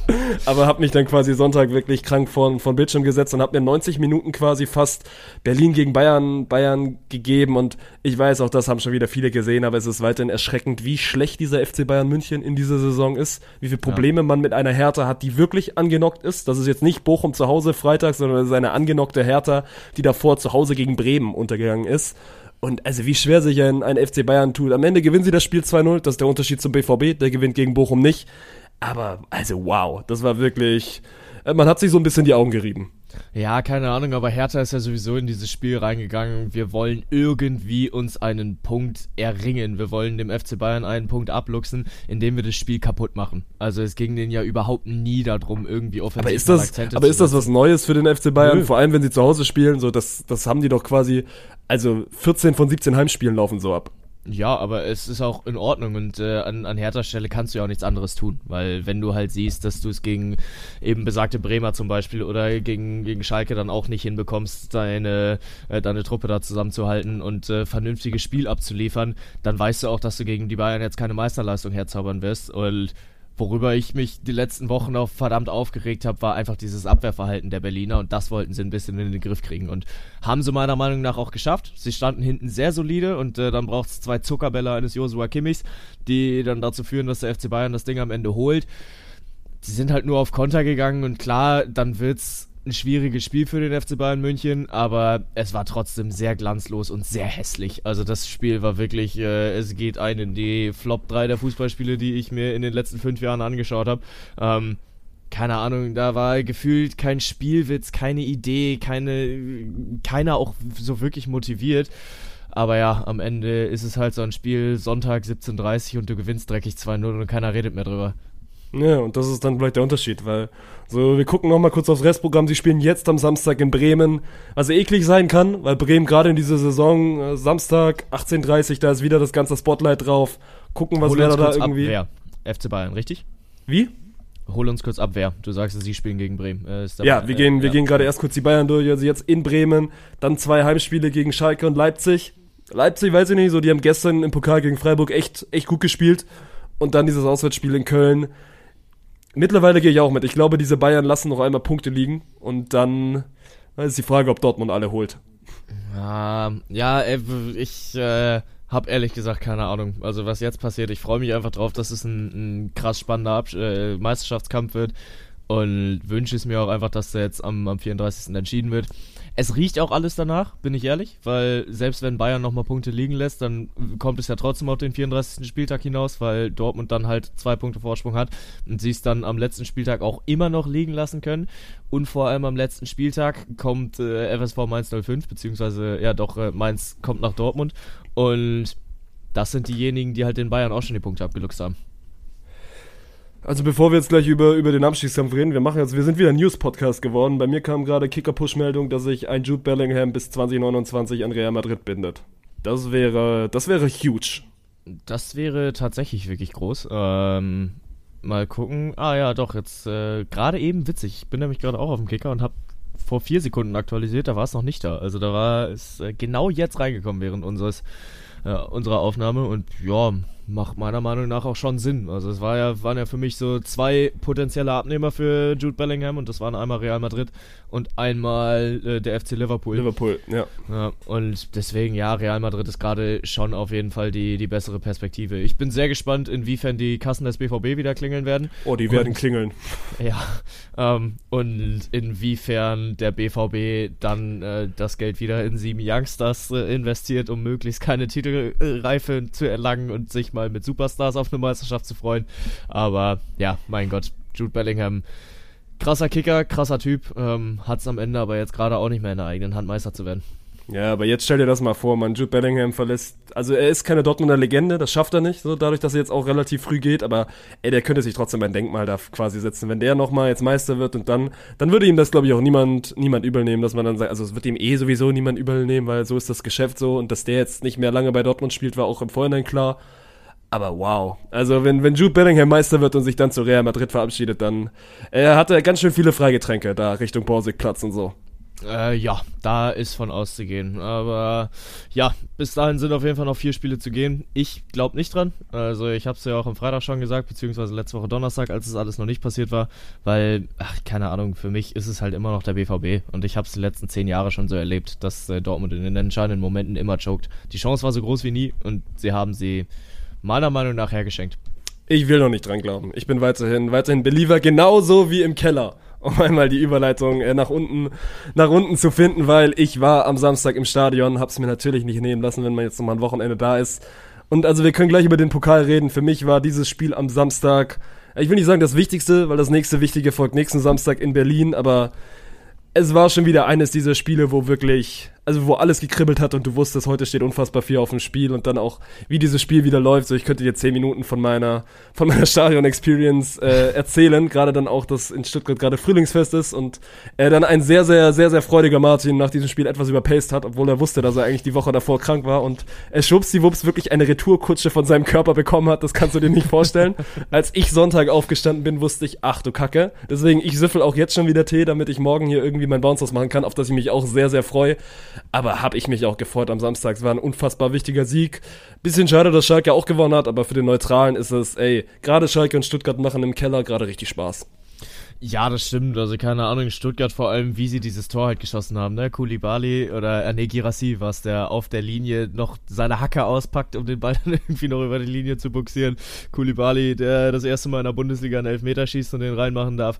Aber hab mich dann quasi Sonntag wirklich krank vor, vor den Bildschirm gesetzt und hab mir neunzig Minuten quasi fast Berlin gegen Bayern, Bayern gegeben. Und ich weiß, auch das haben schon wieder viele gesehen, aber es ist weiterhin erschreckend, wie schlecht dieser F C Bayern München in dieser Saison ist, wie viele Probleme ja. man mit einer Hertha hat, die wirklich angenockt ist. Das ist jetzt nicht Bochum zu Hause Freitag, sondern es ist eine angenockte Hertha, die davor zu Hause gegen Bremen untergegangen ist. Und also wie schwer sich ein, ein F C Bayern tut. Am Ende gewinnen sie das Spiel zwei null, das ist der Unterschied zum B V B, der gewinnt gegen Bochum nicht. Aber, also wow, das war wirklich, man hat sich so ein bisschen die Augen gerieben. Ja, keine Ahnung, aber Hertha ist ja sowieso in dieses Spiel reingegangen. Wir wollen irgendwie uns einen Punkt erringen. Wir wollen dem F C Bayern einen Punkt abluchsen, indem wir das Spiel kaputt machen. Also es ging denen ja überhaupt nie darum, irgendwie offensiv aber ist das, Akzente aber zu ist das was Neues für den F C Bayern? Nö. Vor allem, wenn sie zu Hause spielen, so das, das haben die doch quasi, also vierzehn von siebzehn Heimspielen laufen so ab. Ja, aber es ist auch in Ordnung und äh, an, an Herthas Stelle kannst du ja auch nichts anderes tun, weil wenn du halt siehst, dass du es gegen eben besagte Bremer zum Beispiel oder gegen, gegen Schalke dann auch nicht hinbekommst, deine, äh, deine Truppe da zusammenzuhalten und äh, vernünftiges Spiel abzuliefern, dann weißt du auch, dass du gegen die Bayern jetzt keine Meisterleistung herzaubern wirst. Und worüber ich mich die letzten Wochen auch verdammt aufgeregt habe, war einfach dieses Abwehrverhalten der Berliner und das wollten sie ein bisschen in den Griff kriegen und haben sie meiner Meinung nach auch geschafft. Sie standen hinten sehr solide und äh, dann braucht es zwei Zuckerbälle eines Joshua Kimmichs, die dann dazu führen, dass der F C Bayern das Ding am Ende holt. Sie sind halt nur auf Konter gegangen und klar, dann wird's ein schwieriges Spiel für den F C Bayern München, aber es war trotzdem sehr glanzlos und sehr hässlich. Also das Spiel war wirklich, äh, es geht ein in die Flop drei der Fußballspiele, die ich mir in den letzten fünf Jahren angeschaut habe. Ähm, keine Ahnung, da war gefühlt kein Spielwitz, keine Idee, keine, keiner auch so wirklich motiviert. Aber ja, am Ende ist es halt so ein Spiel, Sonntag siebzehn Uhr dreißig und du gewinnst dreckig zwei null und keiner redet mehr drüber. Ja, und das ist dann vielleicht der Unterschied, weil so, wir gucken nochmal kurz aufs Restprogramm, sie spielen jetzt am Samstag in Bremen, was eklig sein kann, weil Bremen gerade in dieser Saison, äh, Samstag, achtzehn Uhr dreißig, da ist wieder das ganze Spotlight drauf, gucken, was wäre da irgendwie... Ab, wer? F C Bayern, richtig? Wie? Hol uns kurz ab, wer? Du sagst, sie spielen gegen Bremen. Äh, ist dabei, ja, wir äh, gehen, wir ja. gehen gerade erst kurz die Bayern durch, also jetzt in Bremen, dann zwei Heimspiele gegen Schalke und Leipzig. Leipzig, weiß ich nicht, so, die haben gestern im Pokal gegen Freiburg echt, echt gut gespielt und dann dieses Auswärtsspiel in Köln. Mittlerweile gehe ich auch mit. Ich glaube, diese Bayern lassen noch einmal Punkte liegen und dann ist die Frage, ob Dortmund alle holt. Ja, ja ich äh, habe ehrlich gesagt keine Ahnung. Also was jetzt passiert, ich freue mich einfach drauf, dass es ein, ein krass spannender Abs- äh, Meisterschaftskampf wird und wünsche es mir auch einfach, dass der jetzt am, am vierunddreißigsten entschieden wird. Es riecht auch alles danach, bin ich ehrlich, weil selbst wenn Bayern nochmal Punkte liegen lässt, dann kommt es ja trotzdem auf den vierunddreißigsten Spieltag hinaus, weil Dortmund dann halt zwei Punkte Vorsprung hat und sie es dann am letzten Spieltag auch immer noch liegen lassen können. Und vor allem am letzten Spieltag kommt äh, F S V Mainz null fünf, beziehungsweise, ja doch, äh, Mainz kommt nach Dortmund und das sind diejenigen, die halt den Bayern auch schon die Punkte abgeluchst haben. Also bevor wir jetzt gleich über, über den Abstiegskampf reden, wir machen jetzt, wir sind wieder ein News-Podcast geworden. Bei mir kam gerade Kicker-Push-Meldung, dass sich ein Jude Bellingham bis zwanzig neunundzwanzig an Real Madrid bindet. Das wäre, das wäre huge. Das wäre tatsächlich wirklich groß. Ähm, mal gucken. Ah ja, doch, jetzt äh, gerade eben witzig. Ich bin nämlich gerade auch auf dem Kicker und habe vor vier Sekunden aktualisiert, da war es noch nicht da. Also da war es äh, genau jetzt reingekommen während unseres, äh, unserer Aufnahme und ja, macht meiner Meinung nach auch schon Sinn. Also es war ja, waren ja für mich so zwei potenzielle Abnehmer für Jude Bellingham und das waren einmal Real Madrid und einmal äh, der F C Liverpool. Liverpool, ja. ja. Und deswegen, ja, Real Madrid ist gerade schon auf jeden Fall die, die bessere Perspektive. Ich bin sehr gespannt, inwiefern die Kassen des B V B wieder klingeln werden. Oh, die werden und, klingeln. Ja, ähm, und inwiefern der B V B dann äh, das Geld wieder in sieben Youngsters äh, investiert, um möglichst keine Titelreife zu erlangen und sich mal mit Superstars auf eine Meisterschaft zu freuen. Aber ja, mein Gott, Jude Bellingham, krasser Kicker, krasser Typ, ähm, hat es am Ende aber jetzt gerade auch nicht mehr in der eigenen Hand, Meister zu werden. Ja, aber jetzt stell dir das mal vor, man, Jude Bellingham verlässt, also er ist keine Dortmunder Legende, das schafft er nicht, so dadurch, dass er jetzt auch relativ früh geht, aber ey, der könnte sich trotzdem ein Denkmal da quasi setzen, wenn der nochmal jetzt Meister wird und dann, dann würde ihm das, glaube ich, auch niemand, niemand übel nehmen, dass man dann sagt, also es wird ihm eh sowieso niemand übel nehmen, weil so ist das Geschäft so und dass der jetzt nicht mehr lange bei Dortmund spielt, war auch im Vorhinein klar. Aber wow, also wenn, wenn Jude Bellingham Meister wird und sich dann zu Real Madrid verabschiedet, dann äh, hat er ganz schön viele Freigetränke da Richtung Borsigplatz und so. Äh, ja, da ist von auszugehen. Aber ja, bis dahin sind auf jeden Fall noch vier Spiele zu gehen. Ich glaube nicht dran. Also ich habe es ja auch am Freitag schon gesagt, beziehungsweise letzte Woche Donnerstag, als es alles noch nicht passiert war. Weil, ach, keine Ahnung, für mich ist es halt immer noch der B V B. Und ich habe es die letzten zehn Jahre schon so erlebt, dass äh, Dortmund in den entscheidenden Momenten immer choked. Die Chance war so groß wie nie und sie haben sie meiner Meinung nach hergeschenkt. Ich will noch nicht dran glauben. Ich bin weiterhin, weiterhin Believer, genauso wie im Keller. Um einmal die Überleitung äh, nach unten nach unten zu finden, weil ich war am Samstag im Stadion, hab's mir natürlich nicht nehmen lassen, wenn man jetzt nochmal ein Wochenende da ist. Und also wir können gleich über den Pokal reden. Für mich war dieses Spiel am Samstag, ich will nicht sagen das Wichtigste, weil das nächste Wichtige folgt nächsten Samstag in Berlin, aber es war schon wieder eines dieser Spiele, wo wirklich, also wo alles gekribbelt hat und du wusstest, heute steht unfassbar viel auf dem Spiel und dann auch, wie dieses Spiel wieder läuft. So, ich könnte dir zehn Minuten von meiner von meiner Stadion-Experience äh, erzählen, gerade dann auch, dass in Stuttgart gerade Frühlingsfest ist und er dann ein sehr, sehr, sehr, sehr freudiger Martin nach diesem Spiel etwas überpaced hat, obwohl er wusste, dass er eigentlich die Woche davor krank war und er schwuppsdiwupps wirklich eine Retourkutsche von seinem Körper bekommen hat. Das kannst du dir nicht vorstellen. Als ich Sonntag aufgestanden bin, wusste ich, ach du Kacke. Deswegen, ich süffel auch jetzt schon wieder Tee, damit ich morgen hier irgendwie mein Bounce ausmachen kann, auf das ich mich auch sehr, sehr freue. Aber habe ich mich auch gefreut am Samstag. Es war ein unfassbar wichtiger Sieg. Bisschen schade, dass Schalke auch gewonnen hat, aber für den Neutralen ist es, ey, gerade Schalke und Stuttgart machen im Keller gerade richtig Spaß. Ja, das stimmt. Also keine Ahnung, in Stuttgart vor allem, wie sie dieses Tor halt geschossen haben, ne? Koulibaly oder äh, nee, Girassi war's, der auf der Linie noch seine Hacke auspackt, um den Ball dann irgendwie noch über die Linie zu buxieren. Koulibaly, der das erste Mal in der Bundesliga einen Elfmeter schießt und den reinmachen darf.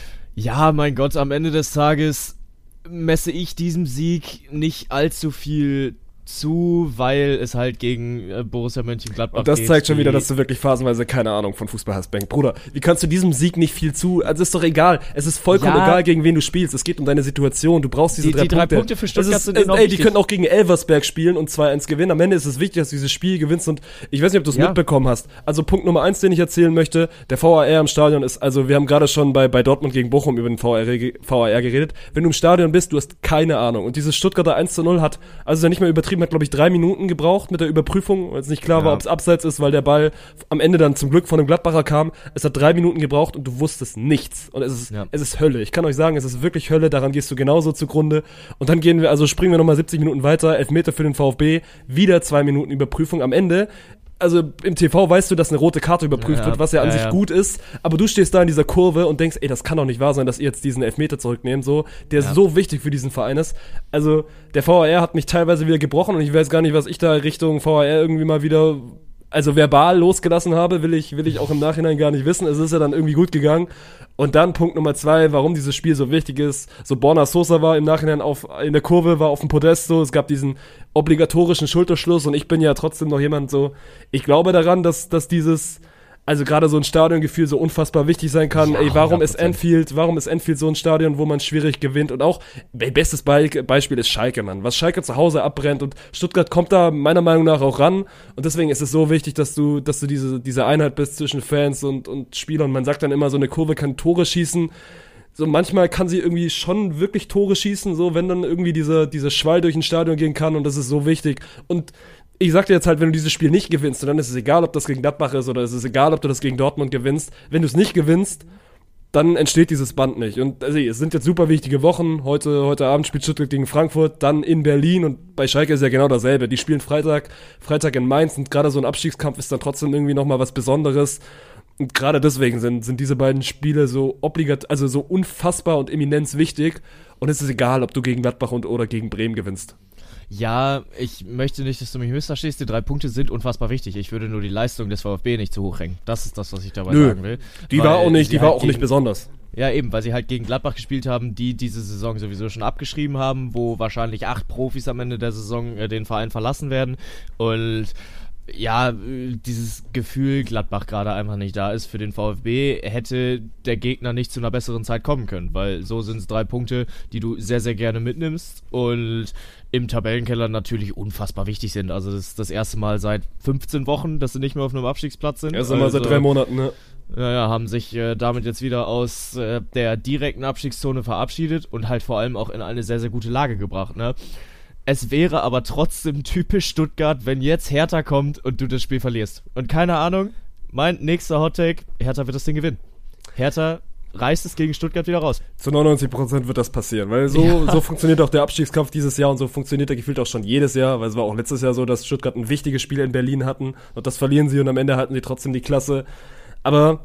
Ja, mein Gott, am Ende des Tages messe ich diesem Sieg nicht allzu viel zu, weil es halt gegen äh, Borussia Mönchengladbach Und das geht, zeigt schon wieder, dass du wirklich phasenweise keine Ahnung von Fußball hast, Bank. Bruder, wie kannst du diesem Sieg nicht viel zu? Also ist doch egal. Es ist vollkommen Ja. egal, gegen wen du spielst. Es geht um deine Situation. Du brauchst diese Die- drei die drei Punkte. Punkte für Stuttgart Es ist, sind äh, enorm ey, die wichtig. können auch gegen Elversberg spielen und zwei eins gewinnen. Am Ende ist es wichtig, dass du dieses Spiel gewinnst und ich weiß nicht, ob du es Ja. mitbekommen hast. Also Punkt Nummer eins, den ich erzählen möchte, der V A R im Stadion ist, also wir haben gerade schon bei, bei Dortmund gegen Bochum über den V A R, ge- V A R geredet. Wenn du im Stadion bist, du hast keine Ahnung. Und dieses Stuttgarter eins zu null hat, also ist ja nicht mehr übertrieben, hat glaube ich drei Minuten gebraucht mit der Überprüfung, weil es nicht klar war, Ja. ob es abseits ist, weil der Ball am Ende dann zum Glück von dem Gladbacher kam. Es hat drei Minuten gebraucht und du wusstest nichts. Und es ist, Ja. es ist Hölle. Ich kann euch sagen, es ist wirklich Hölle. Daran gehst du genauso zugrunde. Und dann gehen wir, also springen wir nochmal siebzig Minuten weiter. Elfmeter für den VfB. Wieder zwei Minuten Überprüfung. Am Ende, also im T V weißt du, dass eine rote Karte überprüft Ja, wird, was ja an ja, sich ja. gut ist. Aber du stehst da in dieser Kurve und denkst, ey, das kann doch nicht wahr sein, dass ihr jetzt diesen Elfmeter zurücknehmt. So, der Ja. so wichtig für diesen Verein ist. Also der V A R hat mich teilweise wieder gebrochen und ich weiß gar nicht, was ich da Richtung V A R irgendwie mal wieder, also verbal losgelassen habe, will ich, will ich auch im Nachhinein gar nicht wissen. Es ist ja dann irgendwie gut gegangen. Und dann Punkt Nummer zwei, warum dieses Spiel so wichtig ist. So, Borna Sosa war im Nachhinein auf, in der Kurve, war auf dem Podest so. Es gab diesen obligatorischen Schulterschluss und ich bin ja trotzdem noch jemand so, ich glaube daran, dass, dass dieses, also gerade so ein Stadiongefühl so unfassbar wichtig sein kann. Ja, Ey, warum ist hundert Prozent. Anfield, warum ist Anfield so ein Stadion, wo man schwierig gewinnt? Und auch, ey, bestes Be- Beispiel ist Schalke, Mann. Was Schalke zu Hause abbrennt und Stuttgart kommt da meiner Meinung nach auch ran. Und deswegen ist es so wichtig, dass du, dass du diese, diese Einheit bist zwischen Fans und, und Spielern. Man sagt dann immer, so eine Kurve kann Tore schießen. So manchmal kann sie irgendwie schon wirklich Tore schießen, so wenn dann irgendwie dieser, dieser Schwall durch ein Stadion gehen kann und das ist so wichtig. Und ich sag dir jetzt halt, wenn du dieses Spiel nicht gewinnst, dann ist es egal, ob das gegen Gladbach ist oder es ist egal, ob du das gegen Dortmund gewinnst. Wenn du es nicht gewinnst, dann entsteht dieses Band nicht. Und also, es sind jetzt super wichtige Wochen. Heute, heute Abend spielt Stuttgart gegen Frankfurt, dann in Berlin und bei Schalke ist ja genau dasselbe. Die spielen Freitag, Freitag in Mainz und gerade so ein Abstiegskampf ist dann trotzdem irgendwie nochmal was Besonderes. Und gerade deswegen sind, sind diese beiden Spiele so obligat, also so unfassbar und eminenz wichtig. Und es ist egal, ob du gegen Gladbach und, oder gegen Bremen gewinnst. Ja, ich möchte nicht, dass du mich missverstehst. Die drei Punkte sind unfassbar wichtig. Ich würde nur die Leistung des VfB nicht zu hoch hängen. Das ist das, was ich dabei Nö, sagen will. Die Weil war auch nicht, sie die war halt auch nicht gegen- besonders. Ja, eben, weil sie halt gegen Gladbach gespielt haben, die diese Saison sowieso schon abgeschrieben haben, wo wahrscheinlich acht Profis am Ende der Saison äh, den Verein verlassen werden. Und ja, äh, dieses Gefühl Gladbach gerade einfach nicht da ist für den VfB, hätte der Gegner nicht zu einer besseren Zeit kommen können, weil so sind es drei Punkte, die du sehr, sehr gerne mitnimmst und im Tabellenkeller natürlich unfassbar wichtig sind. Also das ist das erste Mal seit fünfzehn Wochen, dass sie nicht mehr auf einem Abstiegsplatz sind. Erst einmal also, seit drei Monaten, ne? Naja, haben sich äh, damit jetzt wieder aus äh, der direkten Abstiegszone verabschiedet und halt vor allem auch in eine sehr, sehr gute Lage gebracht, ne? Es wäre aber trotzdem typisch Stuttgart, wenn jetzt Hertha kommt und du das Spiel verlierst. Und keine Ahnung, mein nächster Hottake, Hertha wird das Ding gewinnen. Hertha reißt es gegen Stuttgart wieder raus. Zu neunundneunzig Prozent wird das passieren, weil so, ja. so funktioniert auch der Abstiegskampf dieses Jahr und so funktioniert er gefühlt auch schon jedes Jahr, weil es war auch letztes Jahr so, dass Stuttgart ein wichtiges Spiel in Berlin hatten und das verlieren sie und am Ende hatten sie trotzdem die Klasse. Aber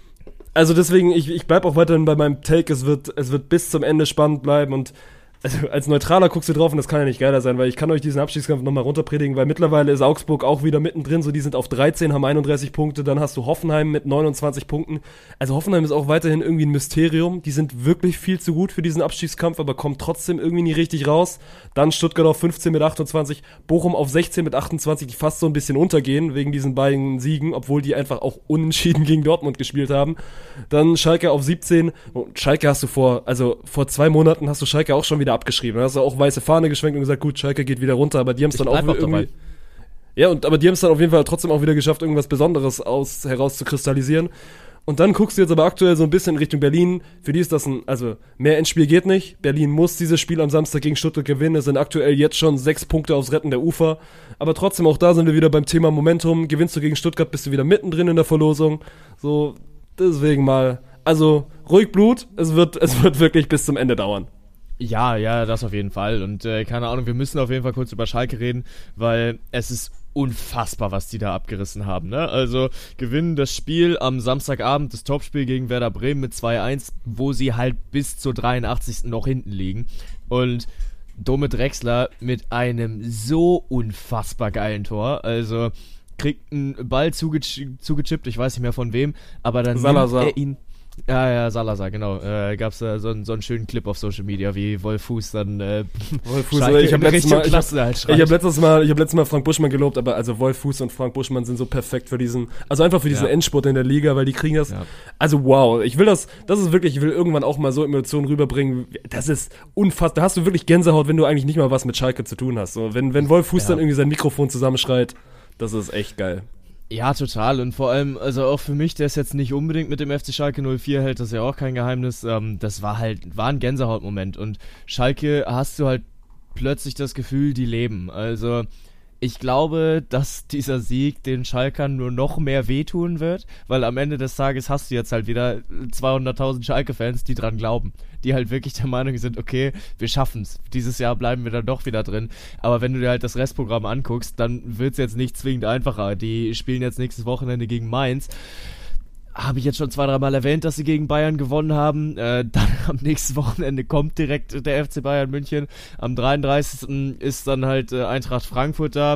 also deswegen, ich, ich bleib auch weiterhin bei meinem Take, es wird, es wird bis zum Ende spannend bleiben und also als Neutraler guckst du drauf und das kann ja nicht geiler sein, weil ich kann euch diesen Abstiegskampf nochmal runterpredigen, weil mittlerweile ist Augsburg auch wieder mittendrin, so die sind auf dreizehn, haben einunddreißig Punkte, dann hast du Hoffenheim mit neunundzwanzig Punkten, also Hoffenheim ist auch weiterhin irgendwie ein Mysterium, die sind wirklich viel zu gut für diesen Abstiegskampf, aber kommen trotzdem irgendwie nie richtig raus, dann Stuttgart auf fünfzehn mit achtundzwanzig, Bochum auf sechzehn mit achtundzwanzig, die fast so ein bisschen untergehen wegen diesen beiden Siegen, obwohl die einfach auch unentschieden gegen Dortmund gespielt haben, dann Schalke auf siebzehn, und Schalke hast du vor, also vor zwei Monaten hast du Schalke auch schon wieder abgeschrieben. Da hast du auch weiße Fahne geschwenkt und gesagt, gut, Schalke geht wieder runter, aber die haben es dann auch, auch irgendwie... Dabei. Ja, und aber die haben es dann auf jeden Fall trotzdem auch wieder geschafft, irgendwas Besonderes aus, herauszukristallisieren. Und dann guckst du jetzt aber aktuell so ein bisschen in Richtung Berlin. Für die ist das ein, also mehr Endspiel geht nicht. Berlin muss dieses Spiel am Samstag gegen Stuttgart gewinnen. Es sind aktuell jetzt schon sechs Punkte aufs Retten der Ufer. Aber trotzdem, auch da sind wir wieder beim Thema Momentum. Gewinnst du gegen Stuttgart, bist du wieder mittendrin in der Verlosung. So, deswegen mal, also ruhig Blut. Es wird, es wird wirklich bis zum Ende dauern. Ja, ja, das auf jeden Fall. Und äh, keine Ahnung, wir müssen auf jeden Fall kurz über Schalke reden, weil es ist unfassbar, was die da abgerissen haben. Ne? Also gewinnen das Spiel am Samstagabend, das Topspiel gegen Werder Bremen mit zwei eins, wo sie halt bis zur dreiundachtzigsten noch hinten liegen. Und Dome Drexler mit einem so unfassbar geilen Tor. Also kriegt einen Ball zuge- zugechippt, ich weiß nicht mehr von wem, aber dann Salazar. nimmt er ihn... Ja, ja, Salazar, genau. Äh, gab's da so, so einen schönen Clip auf Social Media, wie Wolf Fuß dann äh, Wolf Fuß, ich habe letztes, Mal, ich hab, halt ich hab letztes Mal, ich hab letztes Mal Frank Buschmann gelobt, aber also Wolf Fuß und Frank Buschmann sind so perfekt für diesen, also einfach für diesen ja. Endspurt in der Liga, weil die kriegen das, ja. also wow, ich will das, das ist wirklich, ich will irgendwann auch mal so Emotionen rüberbringen, das ist unfassbar, da hast du wirklich Gänsehaut, wenn du eigentlich nicht mal was mit Schalke zu tun hast, so, wenn, wenn Wolf Fuß ja. dann irgendwie sein Mikrofon zusammenschreit, das ist echt geil. Ja, total. Und vor allem, also auch für mich, der es jetzt nicht unbedingt mit dem F C Schalke null vier hält, das ist ja auch kein Geheimnis. Ähm, das war halt, war ein Gänsehautmoment. Und Schalke hast du halt plötzlich das Gefühl, die leben. Also ich glaube, dass dieser Sieg den Schalkern nur noch mehr wehtun wird, weil am Ende des Tages hast du jetzt halt wieder zweihunderttausend Schalke-Fans, die dran glauben, die halt wirklich der Meinung sind, okay, wir schaffen's, dieses Jahr bleiben wir dann doch wieder drin, aber wenn du dir halt das Restprogramm anguckst, dann wird's jetzt nicht zwingend einfacher, die spielen jetzt nächstes Wochenende gegen Mainz, habe ich jetzt schon zwei, dreimal erwähnt, dass sie gegen Bayern gewonnen haben. Äh, dann am nächsten Wochenende kommt direkt der F C Bayern München. Am dreiunddreißigsten ist dann halt äh, Eintracht Frankfurt da.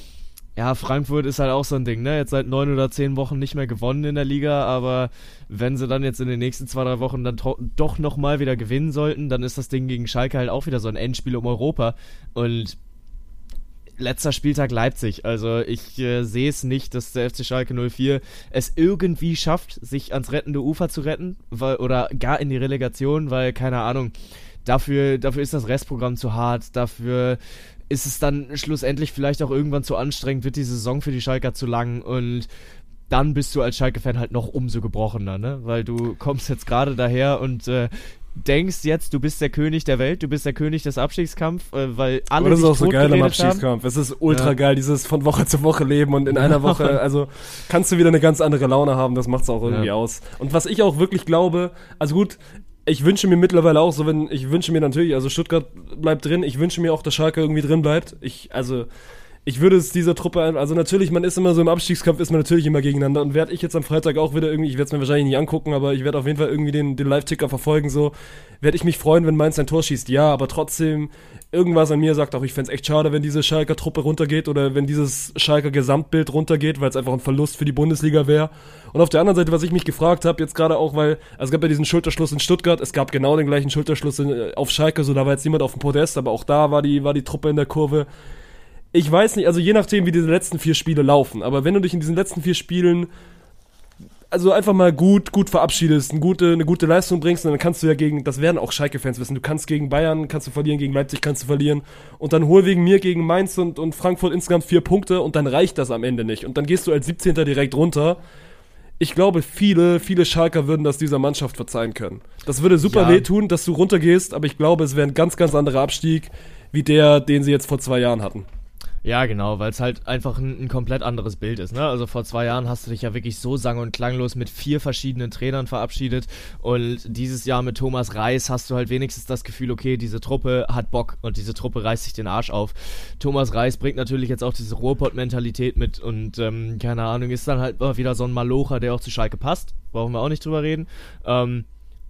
Ja, Frankfurt ist halt auch so ein Ding, ne? Jetzt seit neun oder zehn Wochen nicht mehr gewonnen in der Liga, aber wenn sie dann jetzt in den nächsten zwei, drei Wochen dann to- doch nochmal wieder gewinnen sollten, dann ist das Ding gegen Schalke halt auch wieder so ein Endspiel um Europa. Und letzter Spieltag Leipzig, also ich äh, sehe es nicht, dass der F C Schalke null vier es irgendwie schafft, sich ans rettende Ufer zu retten, weil, oder gar in die Relegation, weil, keine Ahnung, dafür, dafür ist das Restprogramm zu hart, dafür ist es dann schlussendlich vielleicht auch irgendwann zu anstrengend, wird die Saison für die Schalker zu lang und dann bist du als Schalke-Fan halt noch umso gebrochener, ne, weil du kommst jetzt gerade daher und äh, denkst jetzt, du bist der König der Welt, du bist der König des Abstiegskampfs, äh, weil alle das ist auch so geil am haben. Abstiegskampf. Es ist ultra ja. geil, dieses von Woche zu Woche leben und in einer Woche, also kannst du wieder eine ganz andere Laune haben, das macht's auch irgendwie ja. aus. Und was ich auch wirklich glaube, also gut, ich wünsche mir mittlerweile auch so, wenn, ich wünsche mir natürlich, also Stuttgart bleibt drin, ich wünsche mir auch, dass Schalke irgendwie drin bleibt. Ich, also ich würde es dieser Truppe, also natürlich, man ist immer so im Abstiegskampf, ist man natürlich immer gegeneinander und werde ich jetzt am Freitag auch wieder irgendwie, ich werde es mir wahrscheinlich nicht angucken, aber ich werde auf jeden Fall irgendwie den, den Live-Ticker verfolgen, so, werde ich mich freuen, wenn Mainz ein Tor schießt, ja, aber trotzdem, irgendwas an mir sagt auch, ich fände es echt schade, wenn diese Schalker Truppe runtergeht oder wenn dieses Schalker Gesamtbild runtergeht, weil es einfach ein Verlust für die Bundesliga wäre. Und auf der anderen Seite, was ich mich gefragt habe, jetzt gerade auch, weil, also es gab ja diesen Schulterschluss in Stuttgart, es gab genau den gleichen Schulterschluss in, auf Schalke, so, da war jetzt niemand auf dem Podest, aber auch da war die, war die Truppe in der Kurve. Ich weiß nicht, also je nachdem, wie diese letzten vier Spiele laufen, aber wenn du dich in diesen letzten vier Spielen also einfach mal gut, gut verabschiedest, eine gute, eine gute Leistung bringst, und dann kannst du ja gegen, das werden auch Schalke-Fans wissen, du kannst gegen Bayern, kannst du verlieren, gegen Leipzig kannst du verlieren und dann hol wegen mir gegen Mainz und, und Frankfurt insgesamt vier Punkte und dann reicht das am Ende nicht und dann gehst du als siebzehnter direkt runter. Ich glaube, viele, viele Schalker würden das dieser Mannschaft verzeihen können. Das würde super ja. wehtun, dass du runtergehst, aber ich glaube, es wäre ein ganz, ganz anderer Abstieg, wie der, den sie jetzt vor zwei Jahren hatten. Ja, genau, weil es halt einfach ein, ein komplett anderes Bild ist, ne? Also vor zwei Jahren hast du dich ja wirklich so sang- und klanglos mit vier verschiedenen Trainern verabschiedet und dieses Jahr mit Thomas Reis hast du halt wenigstens das Gefühl, okay, diese Truppe hat Bock und diese Truppe reißt sich den Arsch auf. Thomas Reis bringt natürlich jetzt auch diese Ruhrpott-Mentalität mit und, ähm, keine Ahnung, ist dann halt mal wieder so ein Malocher, der auch zu Schalke passt, brauchen wir auch nicht drüber reden. Ähm,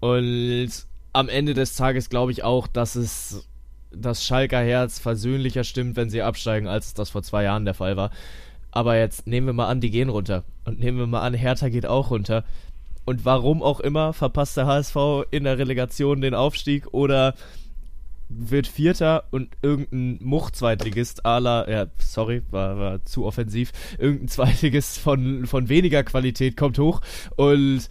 und am Ende des Tages glaube ich auch, dass es das Schalker Herz versöhnlicher stimmt, wenn sie absteigen, als es das vor zwei Jahren der Fall war. Aber jetzt nehmen wir mal an, die gehen runter. Und nehmen wir mal an, Hertha geht auch runter. Und warum auch immer verpasst der H S V in der Relegation den Aufstieg oder wird Vierter und irgendein Much-Zweitligist à la, ja, sorry, war, war zu offensiv, irgendein Zweitligist von, von weniger Qualität kommt hoch und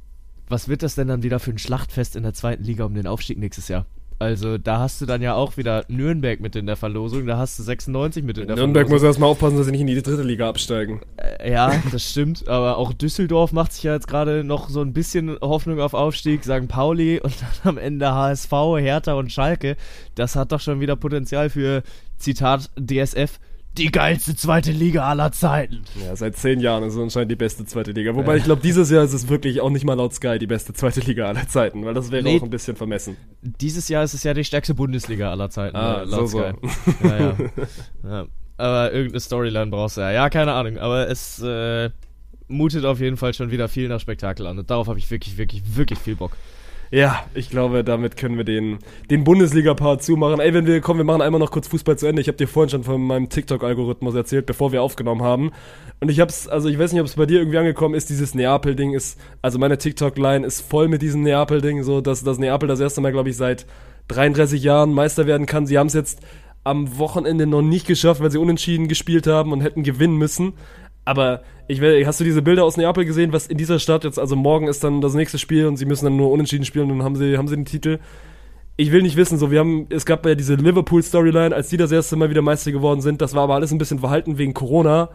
was wird das denn dann wieder für ein Schlachtfest in der zweiten Liga um den Aufstieg nächstes Jahr? Also da hast du dann ja auch wieder Nürnberg mit in der Verlosung, da hast du sechsundneunzig mit in der Nürnberg Verlosung. muss erstmal aufpassen, dass sie nicht in die dritte Liga absteigen. Äh, ja, das stimmt, aber auch Düsseldorf macht sich ja jetzt gerade noch so ein bisschen Hoffnung auf Aufstieg, Sankt Pauli und dann am Ende H S V, Hertha und Schalke. Das hat doch schon wieder Potenzial für, Zitat D S F, die geilste zweite Liga aller Zeiten. Ja, seit zehn Jahren ist es anscheinend die beste zweite Liga. Wobei ich glaube, dieses Jahr ist es wirklich auch nicht mal laut Sky die beste zweite Liga aller Zeiten, weil das wäre Nee. auch ein bisschen vermessen. Dieses Jahr ist es ja die stärkste Bundesliga aller Zeiten, Ah, äh, laut so, Sky. so. Ja, ja. Ja. Aber irgendeine Storyline brauchst du ja. Ja, keine Ahnung, aber es äh, mutet auf jeden Fall schon wieder viel nach Spektakel an und darauf habe ich wirklich, wirklich, wirklich viel Bock. Ja, ich glaube, damit können wir den, den Bundesliga-Part zumachen. Ey, wenn wir kommen, wir machen einmal noch kurz Fußball zu Ende. Ich habe dir vorhin schon von meinem TikTok-Algorithmus erzählt, bevor wir aufgenommen haben. Und ich hab's, also ich weiß nicht, ob es bei dir irgendwie angekommen ist, dieses Neapel-Ding ist, also meine TikTok-Line ist voll mit diesem Neapel-Ding, so, dass das Neapel das erste Mal, glaube ich, seit dreiunddreißig Jahren Meister werden kann. Sie haben es jetzt am Wochenende noch nicht geschafft, weil sie unentschieden gespielt haben und hätten gewinnen müssen. Aber ich will, hast du diese Bilder aus Neapel gesehen, was in dieser Stadt jetzt, also morgen ist dann das nächste Spiel und sie müssen dann nur unentschieden spielen und dann haben sie, haben sie den Titel. Ich will nicht wissen, so, wir haben, es gab ja diese Liverpool-Storyline, als die das erste Mal wieder Meister geworden sind, das war aber alles ein bisschen verhalten wegen Corona.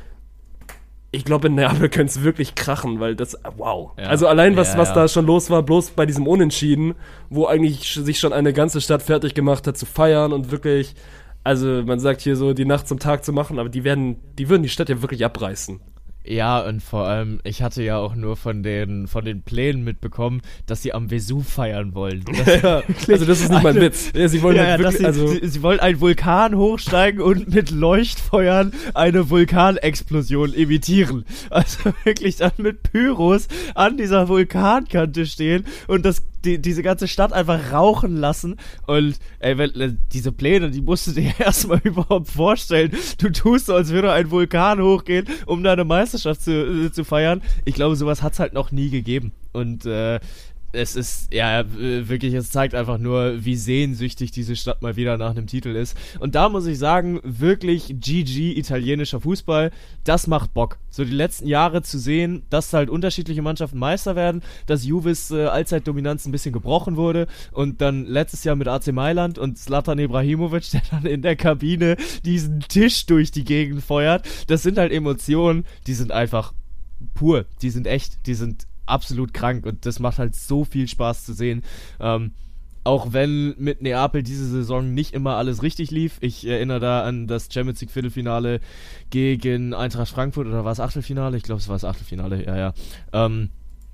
Ich glaube, in Neapel könnte es wirklich krachen, weil das, wow. Ja. Also allein, was, Ja, was ja. da schon los war, bloß bei diesem Unentschieden, wo eigentlich sich schon eine ganze Stadt fertig gemacht hat zu feiern und wirklich, also man sagt hier so, die Nacht zum Tag zu machen, aber die werden, die würden die Stadt ja wirklich abreißen. Ja, und vor allem, ich hatte ja auch nur von den, von den Plänen mitbekommen, dass sie am Vesuv feiern wollen. Das Ja, also das ist nicht mal ein eine- Witz. Ja, sie wollen ja, halt ja, dass wirklich, sie, also sie, sie wollen einen Vulkan hochsteigen und mit Leuchtfeuern eine Vulkanexplosion imitieren. Also wirklich dann mit Pyros an dieser Vulkankante stehen und das die, diese ganze Stadt einfach rauchen lassen. Und ey, wenn, äh, diese Pläne, die musst du dir erstmal überhaupt vorstellen. Du tust so, als würde ein Vulkan hochgehen, um deine Meisterschaft zu, äh, zu feiern. Ich glaube, sowas hat's halt noch nie gegeben. Und äh, es ist, ja, äh, wirklich, es zeigt einfach nur, wie sehnsüchtig diese Stadt mal wieder nach einem Titel ist. Und da muss ich sagen, wirklich G G italienischer Fußball, das macht Bock. So die letzten Jahre zu sehen, dass halt unterschiedliche Mannschaften Meister werden, dass Juves äh, Allzeitdominanz ein bisschen gebrochen wurde und dann letztes Jahr mit A C Mailand und Zlatan Ibrahimovic, der dann in der Kabine diesen Tisch durch die Gegend feuert. Das sind halt Emotionen, die sind einfach pur, die sind echt, die sind absolut krank und das macht halt so viel Spaß zu sehen. Ähm, auch wenn mit Neapel diese Saison nicht immer alles richtig lief. Ich erinnere da an das Champions League Viertelfinale gegen Eintracht Frankfurt, oder war es Achtelfinale? Ich glaube, es war das Achtelfinale, ja, ja. Ähm,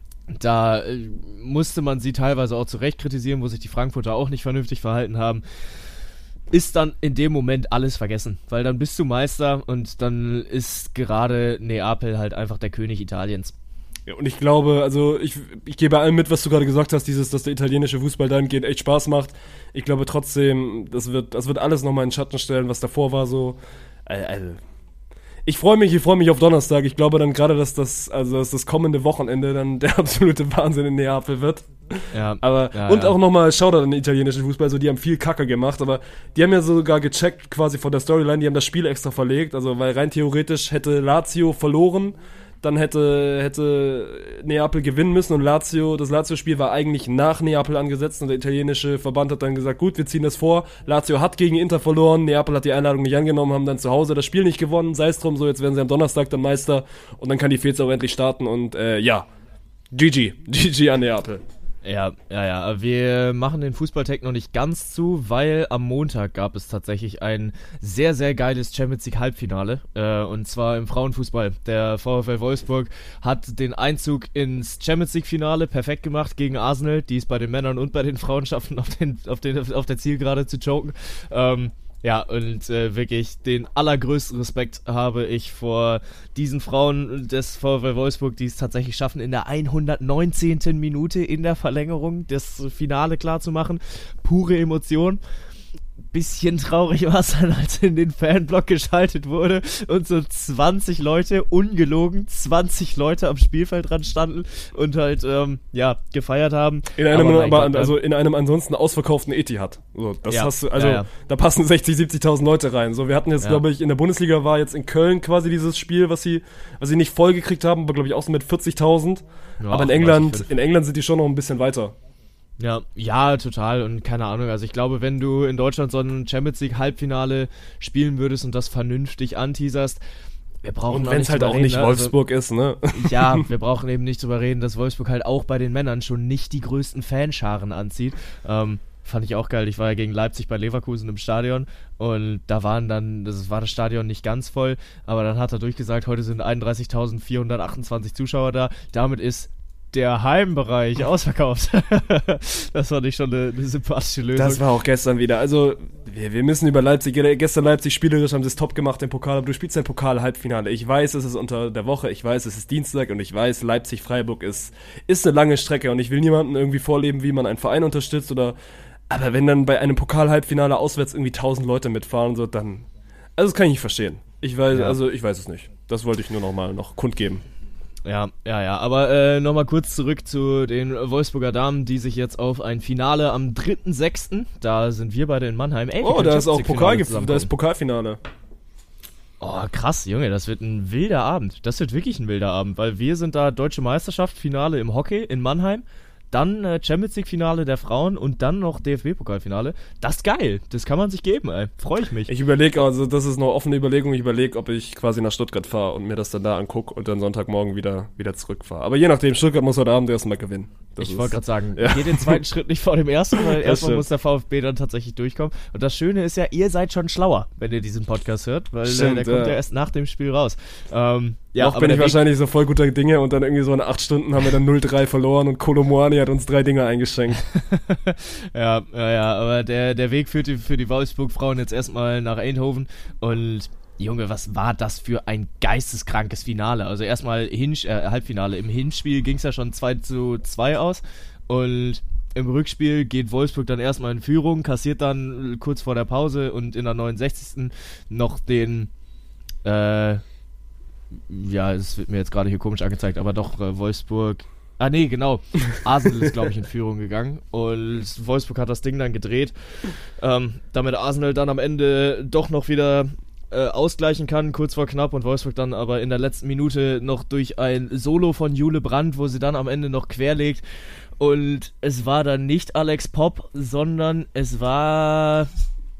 da äh, musste man sie teilweise auch zu Recht kritisieren, wo sich die Frankfurter auch nicht vernünftig verhalten haben. Ist dann in dem Moment alles vergessen, weil dann bist du Meister und dann ist gerade Neapel halt einfach der König Italiens. ja, und ich glaube, also ich, ich gehe bei allem mit, was du gerade gesagt hast, dieses, dass der italienische Fußball dahingehend echt Spaß macht. Ich glaube trotzdem, das wird, das wird alles nochmal in den Schatten stellen, was davor war so. Also, ich freue mich, ich freue mich auf Donnerstag. Ich glaube dann gerade, dass das, also dass das kommende Wochenende dann der absolute Wahnsinn in Neapel wird. Ja, Aber, ja, und ja. auch nochmal Shoutout an den italienischen Fußball, so, die haben viel Kacke gemacht, aber die haben ja sogar gecheckt quasi von der Storyline, die haben das Spiel extra verlegt, also, weil rein theoretisch hätte Lazio verloren, dann hätte, hätte Neapel gewinnen müssen und Lazio, das Lazio-Spiel war eigentlich nach Neapel angesetzt und der italienische Verband hat dann gesagt, gut, wir ziehen das vor, Lazio hat gegen Inter verloren, Neapel hat die Einladung nicht angenommen, haben dann zu Hause das Spiel nicht gewonnen, sei es drum, so, jetzt werden sie am Donnerstag dann Meister und dann kann die Fez auch endlich starten und, äh, ja, G G, G G an Neapel. Ja, ja, ja. Wir machen den Fußballtech noch nicht ganz zu, weil am Montag gab es tatsächlich ein sehr, sehr geiles Champions League Halbfinale. Äh, und zwar im Frauenfußball. Der VfL Wolfsburg hat den Einzug ins Champions League Finale perfekt gemacht gegen Arsenal, die es bei den Männern und bei den Frauen schaffen, auf, den, auf, den, auf der Zielgerade zu choken. Ähm, Ja, und äh, wirklich den allergrößten Respekt habe ich vor diesen Frauen des VfL Wolfsburg, die es tatsächlich schaffen, in der hundertneunzehnten Minute in der Verlängerung das Finale klarzumachen. Pure Emotion. Bisschen traurig war es dann, als in den Fanblock geschaltet wurde und so zwanzig Leute, ungelogen, zwanzig Leute am Spielfeldrand standen und halt, ähm, ja, gefeiert haben. In einem, aber, aber Gott, also in einem ansonsten ausverkauften Etihad. So, das ja, hast du, also, ja, ja. da passen sechzig, siebzigtausend Leute rein. So, wir hatten jetzt, ja. glaube ich, in der Bundesliga war jetzt in Köln quasi dieses Spiel, was sie, was sie nicht voll gekriegt haben, aber glaube ich auch so mit vierzigtausend. Ja, aber in England, in England sind die schon noch ein bisschen weiter. Ja, ja, total und keine Ahnung, also ich glaube, wenn du in Deutschland so ein Champions League Halbfinale spielen würdest und das vernünftig anteaserst, wir brauchen und wenn es halt auch nicht Wolfsburg also, ist, ne? Ja, wir brauchen eben nicht drüber reden, dass Wolfsburg halt auch bei den Männern schon nicht die größten Fanscharen anzieht. Ähm, fand ich auch geil, ich war ja gegen Leipzig bei Leverkusen im Stadion und da waren dann, das war das Stadion nicht ganz voll, aber dann hat er durchgesagt, heute sind einunddreißigtausendvierhundertachtundzwanzig Zuschauer da, damit ist der Heimbereich ausverkauft. Das fand ich schon eine, eine sympathische Lösung. Das war auch gestern wieder. Also, wir, wir müssen über Leipzig, gestern Leipzig spielerisch haben sie es top gemacht im Pokal, aber du spielst ein Pokal-Halbfinale. Ich weiß, es ist unter der Woche, ich weiß, es ist Dienstag und ich weiß, Leipzig-Freiburg ist, ist eine lange Strecke und ich will niemandem irgendwie vorleben, wie man einen Verein unterstützt oder, aber wenn dann bei einem Pokal-Halbfinale auswärts irgendwie tausend Leute mitfahren, so, dann, also das kann ich nicht verstehen. Ich weiß, ja. also ich weiß es nicht. Das wollte ich nur noch mal noch kundgeben. Ja, ja, ja, aber äh, nochmal kurz zurück zu den Wolfsburger Damen, die sich jetzt auf ein Finale am dritten sechsten, da sind wir beide in Mannheim. Ey, oh, da ist auch Pokal, da ist Pokalfinale. Oh, krass, Junge, das wird ein wilder Abend. Das wird wirklich ein wilder Abend, weil wir sind da Deutsche Meisterschaft, Finale im Hockey in Mannheim. Dann äh, Champions League Finale der Frauen und dann noch D F B-Pokalfinale. Das ist geil. Das kann man sich geben, ey. Freue ich mich. Ich überlege, also das ist noch offene Überlegung. Ich überlege, ob ich quasi nach Stuttgart fahre und mir das dann da angucke und dann Sonntagmorgen wieder, wieder zurückfahre. Aber je nachdem, Stuttgart muss heute Abend erstmal gewinnen. Das ich wollte gerade sagen, ja. Geht den zweiten Schritt nicht vor dem ersten, weil erstmal muss der VfB dann tatsächlich durchkommen. Und das Schöne ist ja, ihr seid schon schlauer, wenn ihr diesen Podcast hört, weil Stimmt, der, der kommt ja. ja erst nach dem Spiel raus. Ähm, Ja, Noch bin ich wahrscheinlich so voll guter Dinge und dann irgendwie so in acht Stunden haben wir dann null drei verloren und Kolo Muani hat uns drei Dinge eingeschenkt. ja, ja, ja, aber der, der Weg führt die, für die Wolfsburg-Frauen jetzt erstmal nach Eindhoven und Junge, was war das für ein geisteskrankes Finale? Also erstmal Hinsch- äh, Halbfinale. Im Hinspiel ging es ja schon zwei zu zwei aus und im Rückspiel geht Wolfsburg dann erstmal in Führung, kassiert dann kurz vor der Pause und in der neunundsechzigsten noch den äh, ja, es wird mir jetzt gerade hier komisch angezeigt, aber doch äh, Wolfsburg, ah nee, genau, Arsenal ist glaube ich in Führung gegangen und Wolfsburg hat das Ding dann gedreht, ähm, damit Arsenal dann am Ende doch noch wieder äh, ausgleichen kann, kurz vor knapp und Wolfsburg dann aber in der letzten Minute noch durch ein Solo von Jule Brandt, wo sie dann am Ende noch querlegt und es war dann nicht Alex Popp, sondern es war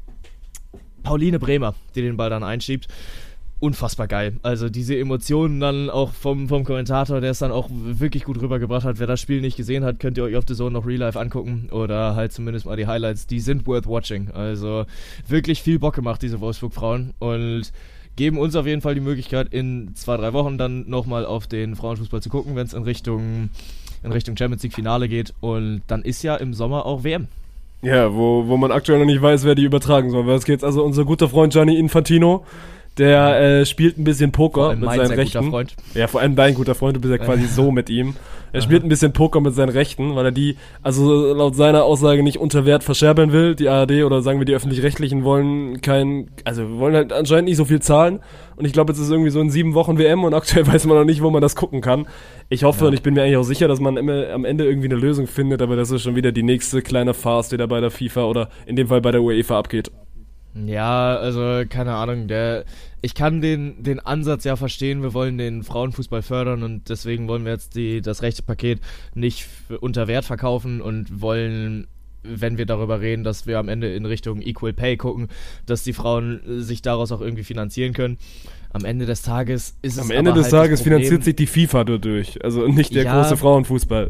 Pauline Bremer, die den Ball dann einschiebt. Unfassbar geil. Also diese Emotionen dann auch vom, vom Kommentator, der es dann auch wirklich gut rübergebracht hat. Wer das Spiel nicht gesehen hat, könnt ihr euch auf The Zone noch Real Life angucken oder halt zumindest mal die Highlights. Die sind worth watching. Also wirklich viel Bock gemacht, diese Wolfsburg-Frauen und geben uns auf jeden Fall die Möglichkeit, in zwei, drei Wochen dann nochmal auf den Frauenfußball zu gucken, wenn es in Richtung, in Richtung Champions League Finale geht und dann ist ja im Sommer auch W M. Ja, wo, wo man aktuell noch nicht weiß, wer die übertragen soll. Weil es geht also unser guter Freund Gianni Infantino, der äh, spielt ein bisschen Poker mit seinen Rechten. Freund. Ja, vor allem dein guter Freund, du bist ja quasi so mit ihm. Er spielt ein bisschen Poker mit seinen Rechten, weil er die, also laut seiner Aussage nicht unter Wert verscherbeln will. Die A R D oder sagen wir die Öffentlich-Rechtlichen wollen kein, also wollen halt anscheinend nicht so viel zahlen. Und ich glaube, jetzt ist irgendwie so in sieben Wochen W M und aktuell weiß man noch nicht, wo man das gucken kann. Ich hoffe ja. und ich bin mir eigentlich auch sicher, dass man immer am Ende irgendwie eine Lösung findet, aber das ist schon wieder die nächste kleine Farce, die da bei der FIFA oder in dem Fall bei der UEFA abgeht. Ja, also keine Ahnung, der ich kann den, den Ansatz ja verstehen, wir wollen den Frauenfußball fördern und deswegen wollen wir jetzt die, das rechte Paket nicht unter Wert verkaufen und wollen, wenn wir darüber reden, dass wir am Ende in Richtung Equal Pay gucken, dass die Frauen sich daraus auch irgendwie finanzieren können. Am Ende des Tages ist es Am Ende aber des halt Tages finanziert sich die FIFA dadurch, also nicht der ja, große Frauenfußball.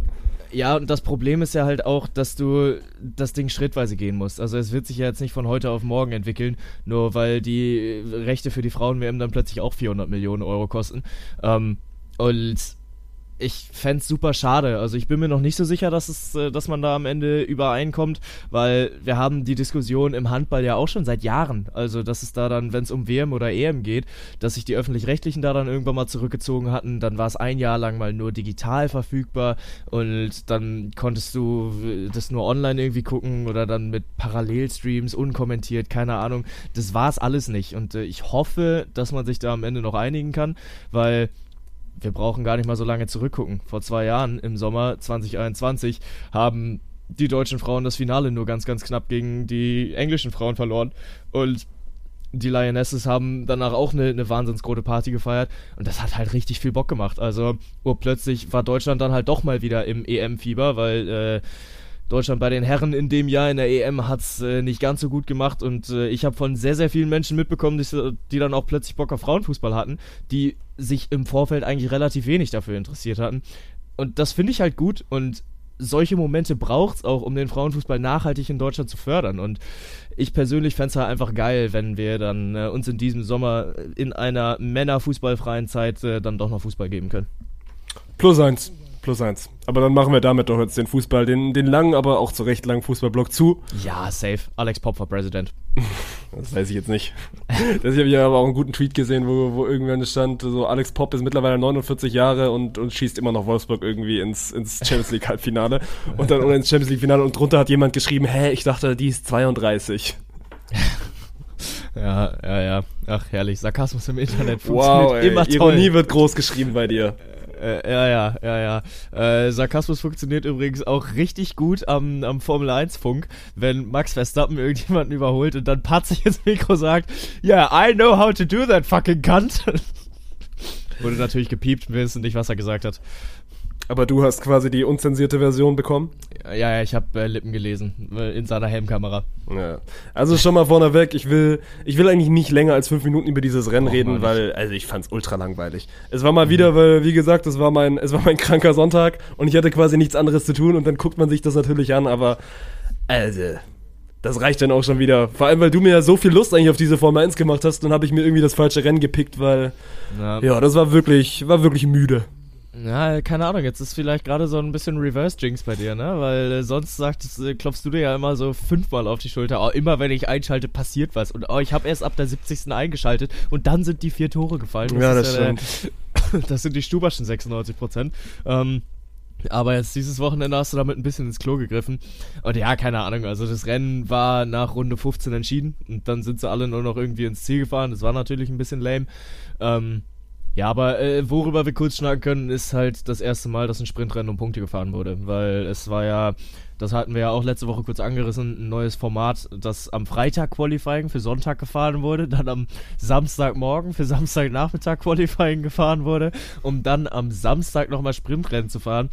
Ja, und das Problem ist ja halt auch, dass du das Ding schrittweise gehen musst. Also es wird sich ja jetzt nicht von heute auf morgen entwickeln, nur weil die Rechte für die Frauen-W M dann plötzlich auch vierhundert Millionen Euro kosten. Ähm, und ich fände es super schade. Also ich bin mir noch nicht so sicher, dass es, dass man da am Ende übereinkommt, weil wir haben die Diskussion im Handball ja auch schon seit Jahren. Also dass es da dann, wenn es um W M oder E M geht, dass sich die Öffentlich-Rechtlichen da dann irgendwann mal zurückgezogen hatten. Dann war es ein Jahr lang mal nur digital verfügbar und dann konntest du das nur online irgendwie gucken oder dann mit Parallelstreams, unkommentiert, keine Ahnung. Das war es alles nicht und äh, ich hoffe, dass man sich da am Ende noch einigen kann, weil wir brauchen gar nicht mal so lange zurückgucken. Vor zwei Jahren, im Sommer zwanzig einundzwanzig, haben die deutschen Frauen das Finale nur ganz, ganz knapp gegen die englischen Frauen verloren. Und die Lionesses haben danach auch eine, eine wahnsinnsgroße Party gefeiert. Und das hat halt richtig viel Bock gemacht. Also urplötzlich war Deutschland dann halt doch mal wieder im E M-Fieber, weil äh, Deutschland bei den Herren in dem Jahr in der E M hat es äh, nicht ganz so gut gemacht und äh, ich habe von sehr, sehr vielen Menschen mitbekommen, die, die dann auch plötzlich Bock auf Frauenfußball hatten, die sich im Vorfeld eigentlich relativ wenig dafür interessiert hatten. Und das finde ich halt gut und solche Momente braucht es auch, um den Frauenfußball nachhaltig in Deutschland zu fördern. Und ich persönlich fände es halt einfach geil, wenn wir dann äh, uns in diesem Sommer in einer männerfußballfreien Zeit äh, dann doch noch Fußball geben können. Plus eins. Plus eins. Aber dann machen wir damit doch jetzt den Fußball, den, den langen, aber auch zu Recht langen Fußballblock zu. Ja, safe. Alex Popp war Präsident. Das weiß ich jetzt nicht. Das habe ich aber auch einen guten Tweet gesehen, wo, wo irgendwann stand, so Alex Popp ist mittlerweile neunundvierzig Jahre und, und schießt immer noch Wolfsburg irgendwie ins, ins Champions League Halbfinale. Und dann oder ins Champions League Finale und drunter hat jemand geschrieben, hä, ich dachte, die ist zweiunddreißig. Ja, ja, ja. Ach, herrlich. Sarkasmus im Internet funktioniert wow, ey. immer toll. Ironie wird groß geschrieben bei dir. Äh, ja, ja, ja, ja. Äh, Sarkasmus funktioniert übrigens auch richtig gut am, am Formel eins Funk, wenn Max Verstappen irgendjemanden überholt und dann patzig ins Mikro sagt, yeah, I know how to do that fucking cunt. Wurde natürlich gepiept, wir wissen nicht, was er gesagt hat. Aber du hast quasi die unzensierte Version bekommen? Ja, ja, ich habe äh, Lippen gelesen, äh, in seiner Helmkamera. Ja. Also schon mal vorneweg, ich will ich will eigentlich nicht länger als fünf Minuten über dieses Rennen Och, reden, weil, also ich fand's ultra langweilig. Es war mal mhm. wieder, weil, wie gesagt, es war mein es war mein kranker Sonntag und ich hatte quasi nichts anderes zu tun und dann guckt man sich das natürlich an, aber, also, das reicht dann auch schon wieder. Vor allem, weil du mir ja so viel Lust eigentlich auf diese Formel eins gemacht hast, dann habe ich mir irgendwie das falsche Rennen gepickt, weil, ja, ja das war wirklich, war wirklich müde. Ja, keine Ahnung, jetzt ist vielleicht gerade so ein bisschen Reverse-Jinx bei dir, ne? Weil äh, sonst sagst, äh, klopfst du dir ja immer so fünfmal auf die Schulter. Oh, immer wenn ich einschalte, passiert was. Und oh, ich habe erst ab der siebzigsten eingeschaltet und dann sind die vier Tore gefallen. Das ja, das ja stimmt. Der, das sind die Stuberschen sechsundneunzig Prozent. Ähm, aber jetzt dieses Wochenende hast du damit ein bisschen ins Klo gegriffen. Und ja, keine Ahnung, also das Rennen war nach Runde fünfzehn entschieden. Und dann sind sie alle nur noch irgendwie ins Ziel gefahren. Das war natürlich ein bisschen lame. Ähm... Ja, aber äh, worüber wir kurz schnacken können, ist halt das erste Mal, dass ein Sprintrennen um Punkte gefahren wurde, weil es war ja, das hatten wir ja auch letzte Woche kurz angerissen, ein neues Format, das am Freitag Qualifying für Sonntag gefahren wurde, dann am Samstagmorgen für Samstagnachmittag Qualifying gefahren wurde, um dann am Samstag nochmal Sprintrennen zu fahren.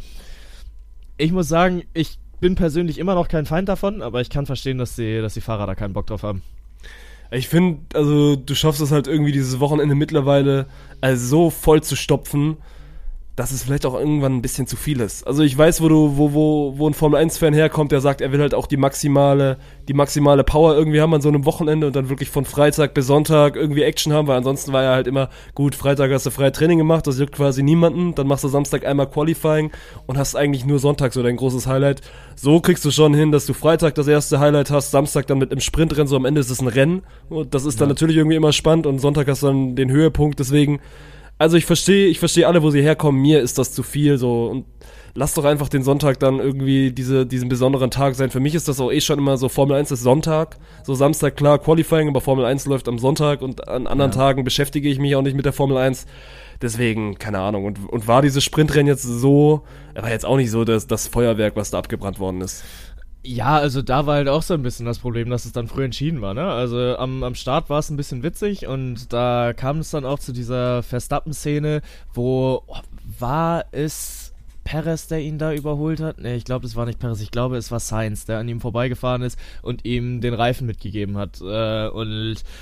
Ich muss sagen, ich bin persönlich immer noch kein Feind davon, aber ich kann verstehen, dass die, dass die Fahrer da keinen Bock drauf haben. Ich finde, also du schaffst es halt irgendwie dieses Wochenende mittlerweile also so voll zu stopfen, dass es vielleicht auch irgendwann ein bisschen zu viel ist. Also ich weiß, wo du, wo, wo, wo ein Formel eins Fan herkommt, der sagt, er will halt auch die maximale, die maximale Power irgendwie haben an so einem Wochenende und dann wirklich von Freitag bis Sonntag irgendwie Action haben, weil ansonsten war ja halt immer, gut, Freitag hast du freie Training gemacht, das juckt quasi niemanden, dann machst du Samstag einmal Qualifying und hast eigentlich nur Sonntag so dein großes Highlight. So kriegst du schon hin, dass du Freitag das erste Highlight hast, Samstag dann mit einem Sprintrennen, so am Ende ist es ein Rennen und das ist dann ja natürlich irgendwie immer spannend und Sonntag hast du dann den Höhepunkt, deswegen. Also ich verstehe, ich verstehe alle, wo sie herkommen, mir ist das zu viel, so, und lass doch einfach den Sonntag dann irgendwie diese, diesen besonderen Tag sein. Für mich ist das auch eh schon immer so, Formel eins ist Sonntag, so Samstag, klar, Qualifying, aber Formel eins läuft am Sonntag und an anderen ja. Tagen beschäftige ich mich auch nicht mit der Formel eins. Deswegen, keine Ahnung, und, und war dieses Sprintrennen jetzt so, war jetzt auch nicht so das, das Feuerwerk, was da abgebrannt worden ist. Ja, also da war halt auch so ein bisschen das Problem, dass es dann früh entschieden war, ne? Also am, am Start war es ein bisschen witzig und da kam es dann auch zu dieser Verstappen-Szene, wo oh, war es Perez, der ihn da überholt hat? Ne, ich glaube, das war nicht Perez, ich glaube, es war Sainz, der an ihm vorbeigefahren ist und ihm den Reifen mitgegeben hat. Äh, und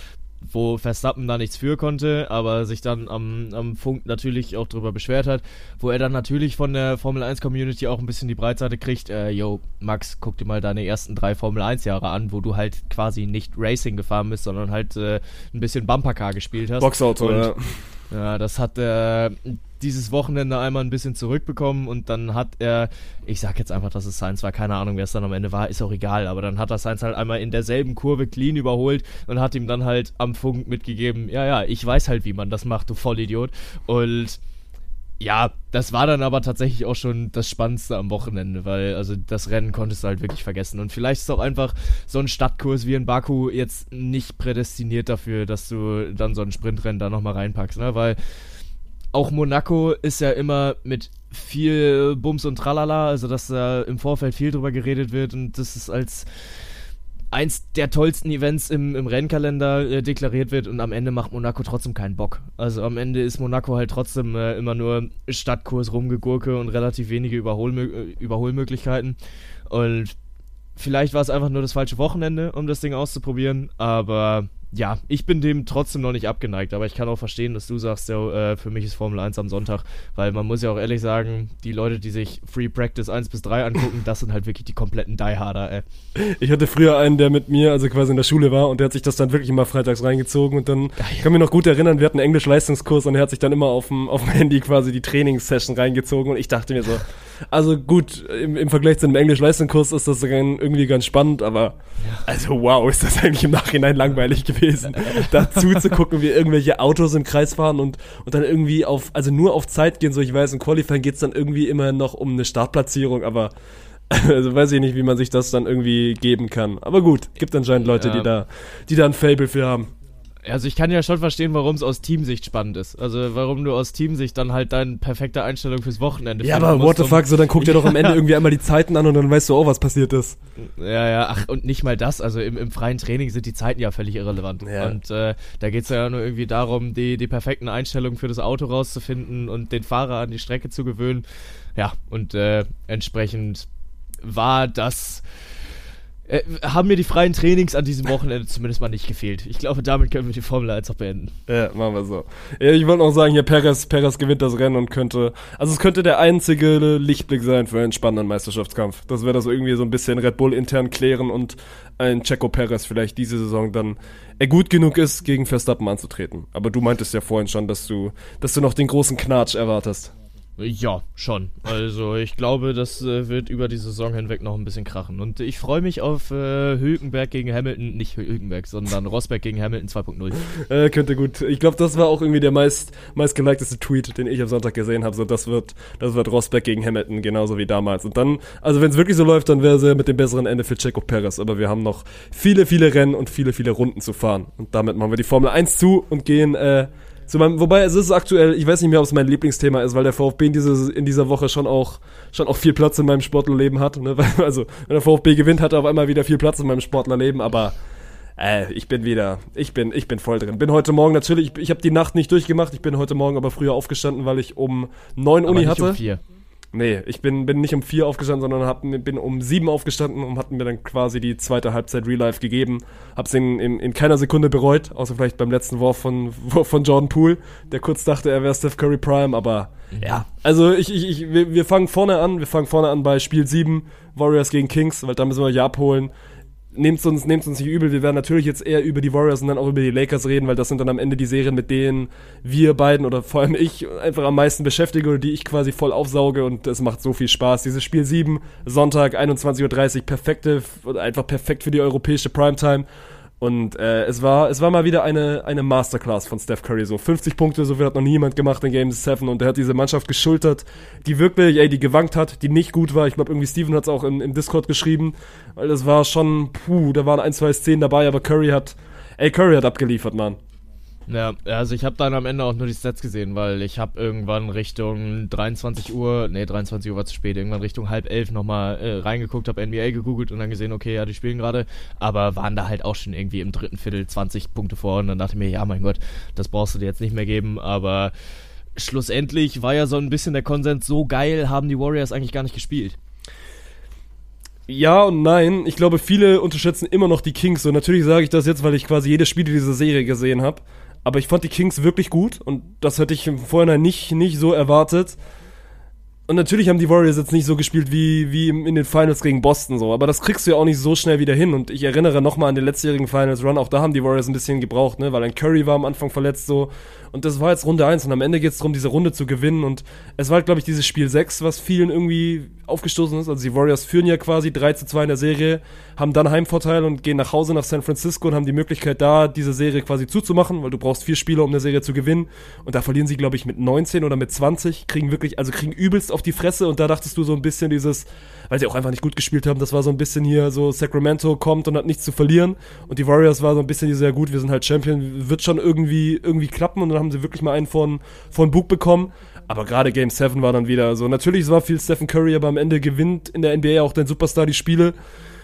wo Verstappen da nichts für konnte, aber sich dann am, am Funk natürlich auch drüber beschwert hat, wo er dann natürlich von der Formel eins Community auch ein bisschen die Breitseite kriegt, äh, yo, Max, guck dir mal deine ersten drei Formel eins Jahre an, wo du halt quasi nicht Racing gefahren bist, sondern halt äh, ein bisschen Bumpercar gespielt hast. Boxauto, und, ja. Ja, das hat er äh, dieses Wochenende einmal ein bisschen zurückbekommen und dann hat er, ich sag jetzt einfach, dass es Sainz war, keine Ahnung, wer es dann am Ende war, ist auch egal, aber dann hat er Sainz halt einmal in derselben Kurve clean überholt und hat ihm dann halt am Funk mitgegeben, ja, ja, ich weiß halt, wie man das macht, du Vollidiot. Und ja, das war dann aber tatsächlich auch schon das Spannendste am Wochenende, weil also das Rennen konntest du halt wirklich vergessen. Und vielleicht ist auch einfach so ein Stadtkurs wie in Baku jetzt nicht prädestiniert dafür, dass du dann so ein Sprintrennen da nochmal reinpackst, ne? Weil auch Monaco ist ja immer mit viel Bums und Tralala, also dass da im Vorfeld viel drüber geredet wird und das ist als eins der tollsten Events im, im Rennkalender äh, deklariert wird und am Ende macht Monaco trotzdem keinen Bock. Also am Ende ist Monaco halt trotzdem äh, immer nur Stadtkurs, Rumgegurke und relativ wenige Überholmö- Überholmöglichkeiten. Und vielleicht war es einfach nur das falsche Wochenende, um das Ding auszuprobieren, aber ja, ich bin dem trotzdem noch nicht abgeneigt, aber ich kann auch verstehen, dass du sagst, ja, äh, für mich ist Formel eins am Sonntag, weil man muss ja auch ehrlich sagen, die Leute, die sich Free Practice eins bis drei angucken, das sind halt wirklich die kompletten Dieharder, ey. Ich hatte früher einen, der mit mir, also quasi in der Schule war und der hat sich das dann wirklich immer freitags reingezogen und dann, Geil. kann mich noch gut erinnern, wir hatten einen Englisch-Leistungskurs und er hat sich dann immer auf dem, auf dem Handy quasi die Trainingssession reingezogen und ich dachte mir so, also gut, im, im Vergleich zu einem Englisch-Leistungskurs ist das irgendwie ganz spannend, aber ja. also wow, ist das eigentlich im Nachhinein langweilig gewesen, dazu zu gucken, wie irgendwelche Autos im Kreis fahren und, und dann irgendwie auf, also nur auf Zeit gehen, so ich weiß, im Qualifying geht's dann irgendwie immer noch um eine Startplatzierung, aber also weiß ich nicht, wie man sich das dann irgendwie geben kann. Aber gut, gibt anscheinend Leute, ja. die da, die da ein Faible für haben. Also ich kann ja schon verstehen, warum es aus Teamsicht spannend ist. Also warum du aus Teamsicht dann halt deine perfekte Einstellung fürs Wochenende Ja, aber what the fuck, so dann guck dir doch am Ende irgendwie einmal die Zeiten an und dann weißt du auch, was passiert ist. Ja, ja, ach und nicht mal das, also im, im freien Training sind die Zeiten ja völlig irrelevant. Ja. Und äh, da geht's ja nur irgendwie darum, die, die perfekten Einstellungen für das Auto rauszufinden und den Fahrer an die Strecke zu gewöhnen. Ja, und äh, entsprechend war das... Äh, haben mir die freien Trainings an diesem Wochenende zumindest mal nicht gefehlt. Ich glaube, damit können wir die Formel eins auch beenden. Ja, machen wir so. Ja, ich wollte noch sagen, hier Perez, Perez gewinnt das Rennen und könnte, also es könnte der einzige Lichtblick sein für einen spannenden Meisterschaftskampf. Das wäre das irgendwie so ein bisschen Red Bull intern klären und ein Checo Perez vielleicht diese Saison dann er gut genug ist, gegen Verstappen anzutreten. Aber du meintest ja vorhin schon, dass du, dass du noch den großen Knatsch erwartest. Ja, schon. Also ich glaube, das äh, wird über die Saison hinweg noch ein bisschen krachen. Und ich freue mich auf äh, Hülkenberg gegen Hamilton, nicht Hülkenberg, sondern Rosberg gegen Hamilton zwei Punkt null. Äh, könnte gut. Ich glaube, das war auch irgendwie der meist, meist gelikedeste Tweet, den ich am Sonntag gesehen habe. So, das wird, das wird Rosberg gegen Hamilton, genauso wie damals. Und dann, also wenn es wirklich so läuft, dann wäre es mit dem besseren Ende für Checo Perez. Aber wir haben noch viele, viele Rennen und viele, viele Runden zu fahren. Und damit machen wir die Formel eins zu und gehen, äh, So, man, wobei es ist aktuell, ich weiß nicht mehr, ob es mein Lieblingsthema ist, weil der VfB in, diese, in dieser Woche schon auch schon auch viel Platz in meinem Sportlerleben hat. Ne? Also, wenn der VfB gewinnt, hat er auf einmal wieder viel Platz in meinem Sportlerleben, aber äh, ich bin wieder, ich bin ich bin voll drin. Bin heute Morgen natürlich, ich, ich habe die Nacht nicht durchgemacht, ich bin heute Morgen aber früher aufgestanden, weil ich um neun Uni hatte. Um vier. Nee, ich bin, bin nicht um vier aufgestanden, sondern hab, bin um sieben aufgestanden und hatten mir dann quasi die zweite Halbzeit Real Life gegeben. Hab's in, in, in keiner Sekunde bereut, außer vielleicht beim letzten Wurf von, von Jordan Poole, der kurz dachte, er wäre Steph Curry Prime, aber ja. Also ich, ich, ich, wir, wir fangen vorne an, wir fangen vorne an bei Spiel sieben, Warriors gegen Kings, weil da müssen wir ja abholen. Nehmt's uns, nehmt's uns nicht übel, wir werden natürlich jetzt eher über die Warriors und dann auch über die Lakers reden, weil das sind dann am Ende die Serien, mit denen wir beiden oder vor allem ich einfach am meisten beschäftige oder die ich quasi voll aufsauge und es macht so viel Spaß. Dieses Spiel sieben, Sonntag, einundzwanzig Uhr dreißig, perfekte, einfach perfekt für die europäische Primetime. Und äh, es war es war mal wieder eine eine Masterclass von Steph Curry, so fünfzig Punkte, so viel hat noch niemand gemacht in Game sieben und er hat diese Mannschaft geschultert, die wirklich, ey, die gewankt hat, die nicht gut war. Ich glaube, irgendwie Steven hat es auch im, im Discord geschrieben, weil das war schon, puh, da waren ein, zwei Szenen dabei, aber Curry hat, ey, Curry hat abgeliefert, Mann. Ja, also ich habe dann am Ende auch nur die Stats gesehen, weil ich habe irgendwann Richtung dreiundzwanzig Uhr, nee, dreiundzwanzig Uhr war zu spät, irgendwann Richtung halb elf nochmal äh, reingeguckt, habe N B A gegoogelt und dann gesehen, okay, ja, die spielen gerade, aber waren da halt auch schon irgendwie im dritten Viertel zwanzig Punkte vor und dann dachte ich mir, ja, mein Gott, das brauchst du dir jetzt nicht mehr geben, aber schlussendlich war ja so ein bisschen der Konsens, so geil haben die Warriors eigentlich gar nicht gespielt. Ja und nein. Ich glaube, viele unterschätzen immer noch die Kings. So, natürlich sage ich das jetzt, weil ich quasi jedes Spiel dieser Serie gesehen habe. Aber ich fand die Kings wirklich gut und das hätte ich im Vorhinein nicht, nicht so erwartet. Und natürlich haben die Warriors jetzt nicht so gespielt wie, wie in den Finals gegen Boston so, aber das kriegst du ja auch nicht so schnell wieder hin. Und ich erinnere nochmal an den letztjährigen Finals-Run, auch da haben die Warriors ein bisschen gebraucht, ne, weil ein Curry war am Anfang verletzt so. Und das war jetzt Runde eins und am Ende geht es darum, diese Runde zu gewinnen. Und es war halt, glaube ich, dieses Spiel sechs, was vielen irgendwie aufgestoßen ist. Also die Warriors führen ja quasi drei zu zwei in der Serie, haben dann Heimvorteil und gehen nach Hause nach San Francisco und haben die Möglichkeit da, diese Serie quasi zuzumachen, weil du brauchst vier Spieler, um eine Serie zu gewinnen. Und da verlieren sie, glaube ich, mit neunzehn oder mit zwanzig, kriegen wirklich, also kriegen übelst auf die Fresse. Und da dachtest du so ein bisschen dieses, weil sie auch einfach nicht gut gespielt haben, das war so ein bisschen hier so, Sacramento kommt und hat nichts zu verlieren. Und die Warriors war so ein bisschen sehr gut, wir sind halt Champion, wird schon irgendwie irgendwie klappen. Und dann haben sie wirklich mal einen von, von Bug bekommen. Aber gerade Game sieben war dann wieder so, natürlich, es war viel Stephen Curry, aber am Ende gewinnt in der N B A auch dein Superstar die Spiele.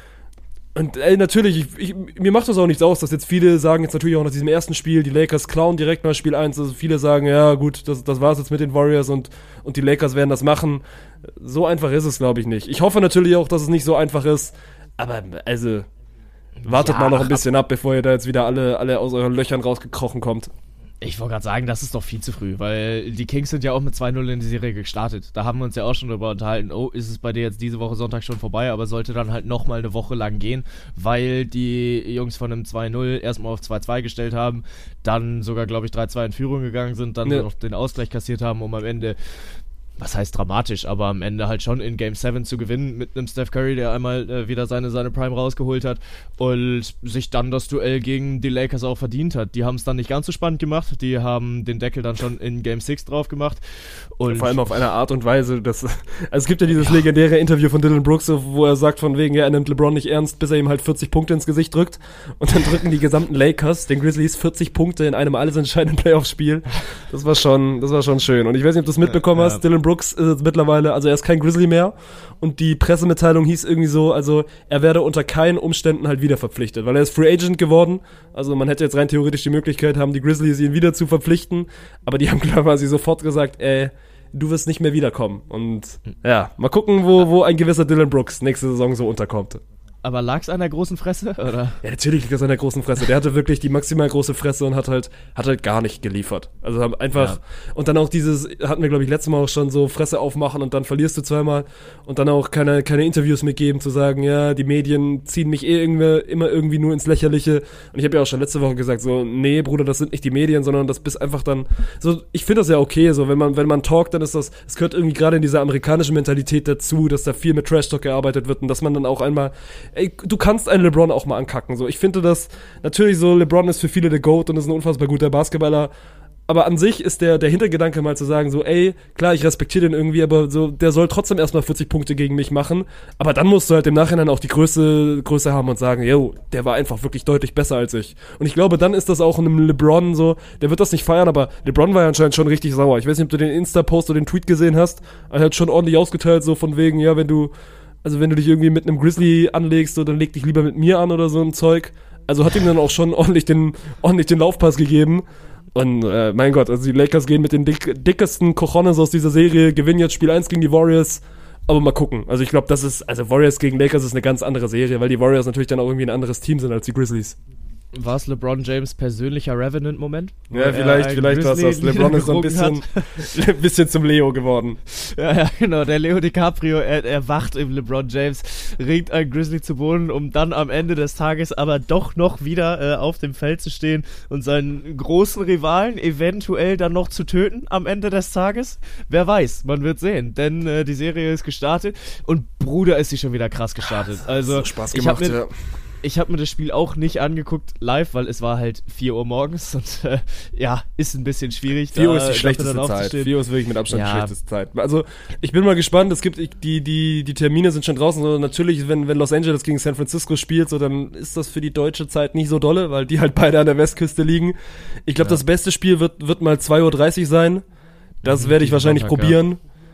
Und ey, natürlich, ich, ich, mir macht das auch nichts aus, dass jetzt viele sagen, jetzt natürlich auch nach diesem ersten Spiel, die Lakers klauen direkt nach Spiel eins, also viele sagen, ja gut, das, das war's jetzt mit den Warriors und, und die Lakers werden das machen. So einfach ist es, glaube ich, nicht. Ich hoffe natürlich auch, dass es nicht so einfach ist, aber also, wartet ja, mal noch ein bisschen ab, bevor ihr da jetzt wieder alle, alle aus euren Löchern rausgekrochen kommt. Ich wollte gerade sagen, das ist doch viel zu früh, weil die Kings sind ja auch mit zwei null in die Serie gestartet. Da haben wir uns ja auch schon drüber unterhalten, oh, ist es bei dir jetzt diese Woche Sonntag schon vorbei, aber sollte dann halt nochmal eine Woche lang gehen, weil die Jungs von einem zwei null erstmal auf zwei zwei gestellt haben, dann sogar, glaube ich, drei zwei in Führung gegangen sind, dann ja. noch den Ausgleich kassiert haben, um am Ende, was heißt dramatisch, aber am Ende halt schon in Game sieben zu gewinnen mit einem Steph Curry, der einmal äh, wieder seine, seine Prime rausgeholt hat und sich dann das Duell gegen die Lakers auch verdient hat. Die haben es dann nicht ganz so spannend gemacht, die haben den Deckel dann schon in Game sechs drauf gemacht. Und vor allem auf eine Art und Weise, dass, also es gibt ja dieses ja. legendäre Interview von Dylan Brooks, wo er sagt von wegen, ja, er nimmt LeBron nicht ernst, bis er ihm halt vierzig Punkte ins Gesicht drückt und dann drücken die gesamten Lakers den Grizzlies vierzig Punkte in einem alles entscheidenden Playoff-Spiel. Das war schon, das war schon schön. Und ich weiß nicht, ob du es mitbekommen ja, ja. hast, Dylan Brooks ist jetzt mittlerweile, also er ist kein Grizzly mehr und die Pressemitteilung hieß irgendwie so, also er werde unter keinen Umständen halt wieder verpflichtet, weil er ist Free Agent geworden, also man hätte jetzt rein theoretisch die Möglichkeit haben, die Grizzlies ihn wieder zu verpflichten, aber die haben quasi sofort gesagt, ey, du wirst nicht mehr wiederkommen und ja, mal gucken, wo, wo ein gewisser Dylan Brooks nächste Saison so unterkommt. Aber lag's an der großen Fresse, oder? Ja, natürlich liegt das an der großen Fresse. Der hatte wirklich die maximal große Fresse und hat halt, hat halt gar nicht geliefert. Also haben einfach, ja. und dann auch dieses, hatten wir glaube ich letztes Mal auch schon so, Fresse aufmachen und dann verlierst du zweimal und dann auch keine, keine Interviews mitgeben, zu sagen, ja, die Medien ziehen mich eh irgendwie, immer irgendwie nur ins Lächerliche. Und ich habe ja auch schon letzte Woche gesagt, so, nee, Bruder, das sind nicht die Medien, sondern das bist einfach dann, so, ich finde das ja okay, so, wenn man, wenn man talkt, dann ist das, es gehört irgendwie gerade in dieser amerikanischen Mentalität dazu, dass da viel mit Trash-Talk gearbeitet wird und dass man dann auch einmal, ey, du kannst einen LeBron auch mal ankacken. So, ich finde das natürlich so, LeBron ist für viele der GOAT und ist ein unfassbar guter Basketballer. Aber an sich ist der, der Hintergedanke mal zu sagen, so, ey, klar, ich respektiere den irgendwie, aber so, der soll trotzdem erstmal vierzig Punkte gegen mich machen. Aber dann musst du halt im Nachhinein auch die Größe, Größe haben und sagen, yo, der war einfach wirklich deutlich besser als ich. Und ich glaube, dann ist das auch einem LeBron so, der wird das nicht feiern, aber LeBron war ja anscheinend schon richtig sauer. Ich weiß nicht, ob du den Insta-Post oder den Tweet gesehen hast. Er hat schon ordentlich ausgeteilt, so von wegen, ja, wenn du Also wenn du dich irgendwie mit einem Grizzly anlegst, so, dann leg dich lieber mit mir an oder so ein Zeug. Also hat ihm dann auch schon ordentlich den, ordentlich den Laufpass gegeben. Und äh, mein Gott, also die Lakers gehen mit den dick, dickesten Cojones aus dieser Serie, gewinnen jetzt Spiel eins gegen die Warriors. Aber mal gucken. Also ich glaube, das ist, also Warriors gegen Lakers ist eine ganz andere Serie, weil die Warriors natürlich dann auch irgendwie ein anderes Team sind als die Grizzlies. War es LeBron James' persönlicher Revenant-Moment? Ja, vielleicht, vielleicht war es das. LeBron ist so ein bisschen, ein bisschen zum Leo geworden. Ja, ja, genau. Der Leo DiCaprio, er, er wacht im LeBron James, ringt ein Grizzly zu Boden, um dann am Ende des Tages aber doch noch wieder äh, auf dem Feld zu stehen und seinen großen Rivalen eventuell dann noch zu töten am Ende des Tages. Wer weiß, man wird sehen, denn äh, die Serie ist gestartet und Bruder ist sie schon wieder krass gestartet. Also, hat so Spaß gemacht, ich hab mir, ja. Ich habe mir das Spiel auch nicht angeguckt live, weil es war halt vier Uhr morgens und äh, ja, ist ein bisschen schwierig. vier Uhr ist die schlechteste Zeit. vier Uhr ist wirklich mit Abstand ja. die schlechteste Zeit. Also ich bin mal gespannt, es gibt die, die, die Termine sind schon draußen. So, natürlich, wenn, wenn Los Angeles gegen San Francisco spielt, so, dann ist das für die deutsche Zeit nicht so dolle, weil die halt beide an der Westküste liegen. Ich glaube, ja. das beste Spiel wird, wird mal zwei Uhr dreißig sein. Das mhm, werde ich wahrscheinlich Sonntag, probieren. Ja.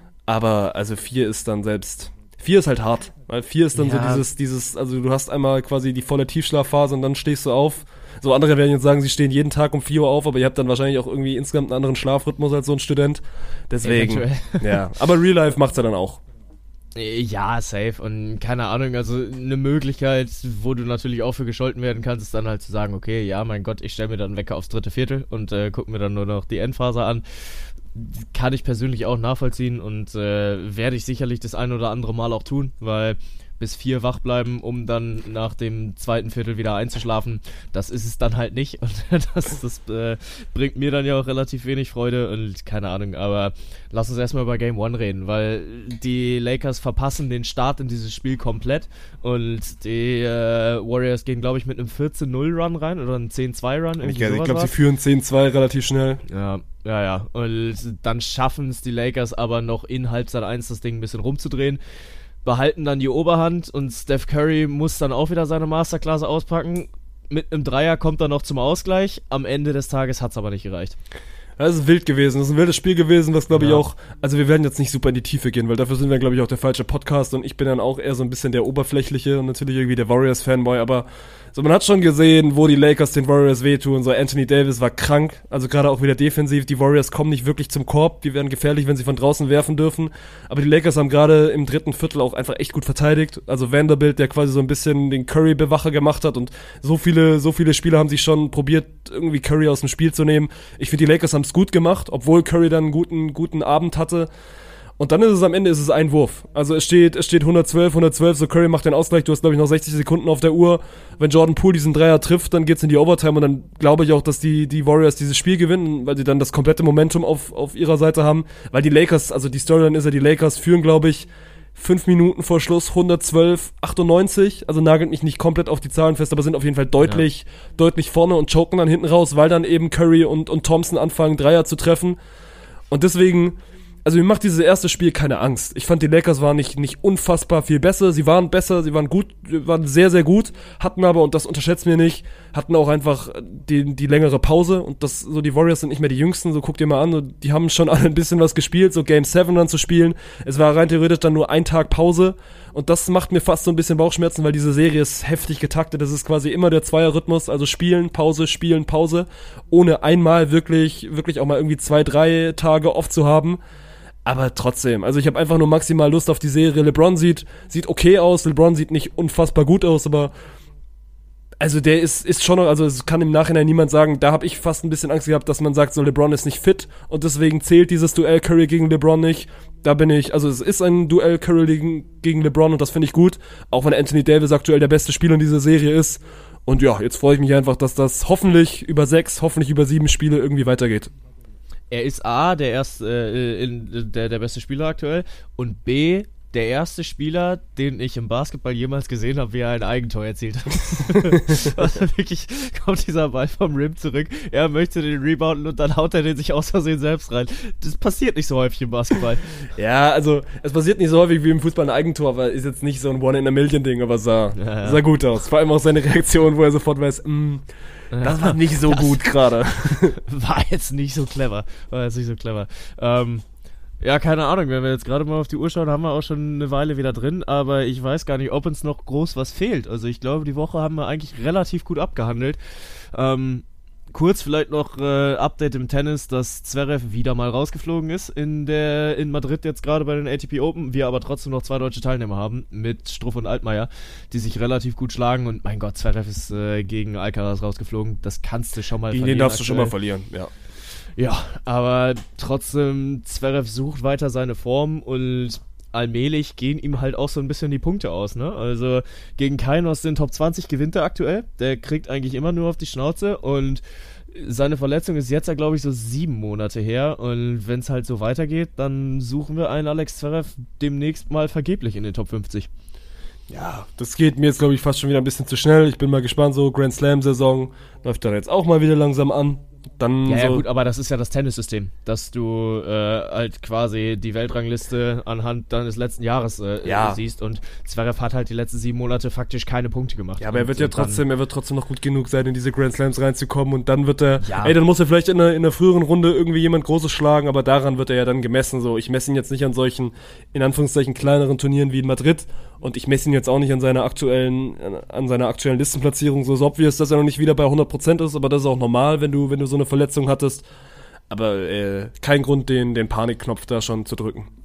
Aber also vier ist dann selbst... Vier ist halt hart, weil vier ist dann ja. so dieses, dieses, also du hast einmal quasi die volle Tiefschlafphase und dann stehst du auf. So andere werden jetzt sagen, sie stehen jeden Tag um vier Uhr auf, aber ihr habt dann wahrscheinlich auch irgendwie insgesamt einen anderen Schlafrhythmus als so ein Student. Deswegen, Eventuell. ja. Aber Real Life macht's ja dann auch. Ja, safe. Und keine Ahnung, also eine Möglichkeit, wo du natürlich auch für gescholten werden kannst, ist dann halt zu sagen, okay, ja, mein Gott, ich stelle mir dann Wecker aufs dritte Viertel und äh, gucke mir dann nur noch die Endphase an. Kann ich persönlich auch nachvollziehen und äh, werde ich sicherlich das ein oder andere Mal auch tun, weil bis vier wach bleiben, um dann nach dem zweiten Viertel wieder einzuschlafen, das ist es dann halt nicht und das, das äh, bringt mir dann ja auch relativ wenig Freude und keine Ahnung, aber lass uns erstmal über Game One reden, weil die Lakers verpassen den Start in dieses Spiel komplett und die äh, Warriors gehen, glaube ich, mit einem vierzehn null Run rein oder einem zehn zwei Run. Ich, ich glaube, sie führen zehn zwei relativ schnell. Ja, ja, ja. Und dann schaffen es die Lakers aber noch in Halbzeit eins das Ding ein bisschen rumzudrehen, behalten dann die Oberhand und Steph Curry muss dann auch wieder seine Masterclass auspacken. Mit einem Dreier kommt er noch zum Ausgleich. Am Ende des Tages hat es aber nicht gereicht. Das ist wild gewesen. Das ist ein wildes Spiel gewesen, was glaube ich Ja. auch, also wir werden jetzt nicht super in die Tiefe gehen, weil dafür sind wir glaube ich auch der falsche Podcast und ich bin dann auch eher so ein bisschen der Oberflächliche und natürlich irgendwie der Warriors-Fanboy, aber so man hat schon gesehen, wo die Lakers den Warriors wehtun. So Anthony Davis war krank, also gerade auch wieder defensiv. Die Warriors kommen nicht wirklich zum Korb, die werden gefährlich, wenn sie von draußen werfen dürfen, aber die Lakers haben gerade im dritten Viertel auch einfach echt gut verteidigt. Also Vanderbilt, der quasi so ein bisschen den Curry-Bewacher gemacht hat und so viele, so viele Spieler haben sich schon probiert, irgendwie Curry aus dem Spiel zu nehmen. Ich finde, die Lakers haben es gut gemacht, obwohl Curry dann einen guten, guten Abend hatte. Und dann ist es am Ende ist es ein Wurf. Also es steht, es steht hundertzwölf, hundertzwölf, so Curry macht den Ausgleich, du hast glaube ich noch sechzig Sekunden auf der Uhr. Wenn Jordan Poole diesen Dreier trifft, dann geht's in die Overtime und dann glaube ich auch, dass die, die Warriors dieses Spiel gewinnen, weil sie dann das komplette Momentum auf, auf ihrer Seite haben. Weil die Lakers, also die Storyline ist ja, die Lakers führen glaube ich fünf Minuten vor Schluss hundertzwölf, achtundneunzig, also nagelt mich nicht komplett auf die Zahlen fest, aber sind auf jeden Fall deutlich, ja. deutlich vorne und choken dann hinten raus, weil dann eben Curry und, und Thompson anfangen, Dreier zu treffen. Und deswegen, also mir macht dieses erste Spiel keine Angst. Ich fand, die Lakers waren nicht, nicht unfassbar viel besser. Sie waren besser, sie waren gut, waren sehr, sehr gut, hatten aber, und das unterschätzt mir nicht, hatten auch einfach die, die längere Pause. Und das, so die Warriors sind nicht mehr die Jüngsten, so guck dir mal an, so, die haben schon alle ein bisschen was gespielt, so Game sieben dann zu spielen. Es war rein theoretisch dann nur ein Tag Pause. Und das macht mir fast so ein bisschen Bauchschmerzen, weil diese Serie ist heftig getaktet. Das ist quasi immer der Zweierrhythmus, also spielen, Pause, spielen, Pause, ohne einmal wirklich, wirklich auch mal irgendwie zwei, drei Tage off zu haben. Aber trotzdem, also ich habe einfach nur maximal Lust auf die Serie. LeBron sieht, sieht okay aus, LeBron sieht nicht unfassbar gut aus, aber also der ist, ist schon noch, also es kann im Nachhinein niemand sagen, da habe ich fast ein bisschen Angst gehabt, dass man sagt, so LeBron ist nicht fit und deswegen zählt dieses Duell Curry gegen LeBron nicht. Da bin ich, also es ist ein Duell Curry gegen, gegen LeBron und das finde ich gut, auch wenn Anthony Davis aktuell der beste Spieler in dieser Serie ist. Und ja, jetzt freue ich mich einfach, dass das hoffentlich über sechs, hoffentlich über sieben Spiele irgendwie weitergeht. Er ist A, der erste, äh, in, der, der beste Spieler aktuell und B, der erste Spieler, den ich im Basketball jemals gesehen habe, wie er ein Eigentor erzielt hat. Also wirklich kommt dieser Ball vom Rim zurück, er möchte den rebounden und dann haut er den sich aus Versehen selbst rein. Das passiert nicht so häufig im Basketball. Ja, also es passiert nicht so häufig wie im Fußball ein Eigentor, aber ist jetzt nicht so ein One-in-a-Million-Ding, aber sah, ja, ja. sah gut aus. Vor allem auch seine Reaktion, wo er sofort weiß, mh, das war nicht so das gut gerade. War jetzt nicht so clever. War jetzt nicht so clever. Ähm, ja, keine Ahnung, wenn wir jetzt gerade mal auf die Uhr schauen, haben wir auch schon eine Weile wieder drin, aber ich weiß gar nicht, ob uns noch groß was fehlt. Also ich glaube, die Woche haben wir eigentlich relativ gut abgehandelt. Ähm, kurz vielleicht noch äh, Update im Tennis, dass Zverev wieder mal rausgeflogen ist in der in Madrid jetzt gerade bei den A T P Open, wir aber trotzdem noch zwei deutsche Teilnehmer haben mit Struff und Altmaier, die sich relativ gut schlagen und mein Gott, Zverev ist äh, gegen Alcaraz rausgeflogen, das kannst du schon mal gegen verlieren. Den darfst aktuell. du schon mal verlieren, ja. Ja, aber trotzdem, Zverev sucht weiter seine Form und allmählich gehen ihm halt auch so ein bisschen die Punkte aus, ne? Also gegen keinen aus den Top zwanzig gewinnt er aktuell. Der kriegt eigentlich immer nur auf die Schnauze und seine Verletzung ist jetzt ja, glaube ich, so sieben Monate her und wenn es halt so weitergeht, dann suchen wir einen Alex Zverev demnächst mal vergeblich in den Top fünfzig. Ja, das geht mir jetzt, glaube ich, fast schon wieder ein bisschen zu schnell. Ich bin mal gespannt, so Grand Slam-Saison läuft dann jetzt auch mal wieder langsam an. Dann ja, so ja gut, aber das ist ja das Tennissystem, dass du äh, halt quasi die Weltrangliste anhand deines letzten Jahres äh, ja. siehst und Zverev hat halt die letzten sieben Monate faktisch keine Punkte gemacht. Ja, aber er wird und, ja trotzdem, er wird trotzdem noch gut genug sein, in diese Grand Slams reinzukommen und dann wird er, ja. ey, dann muss er vielleicht in der, in der früheren Runde irgendwie jemand Großes schlagen, aber daran wird er ja dann gemessen, so, ich messe ihn jetzt nicht an solchen, in Anführungszeichen, kleineren Turnieren wie in Madrid und ich messe ihn jetzt auch nicht an seiner aktuellen, an seiner aktuellen Listenplatzierung, so, so obvious, dass er noch nicht wieder bei hundert Prozent ist, aber das ist auch normal, wenn du, wenn du so eine Verletzung hattest. Aber äh, kein Grund, den, den Panikknopf da schon zu drücken.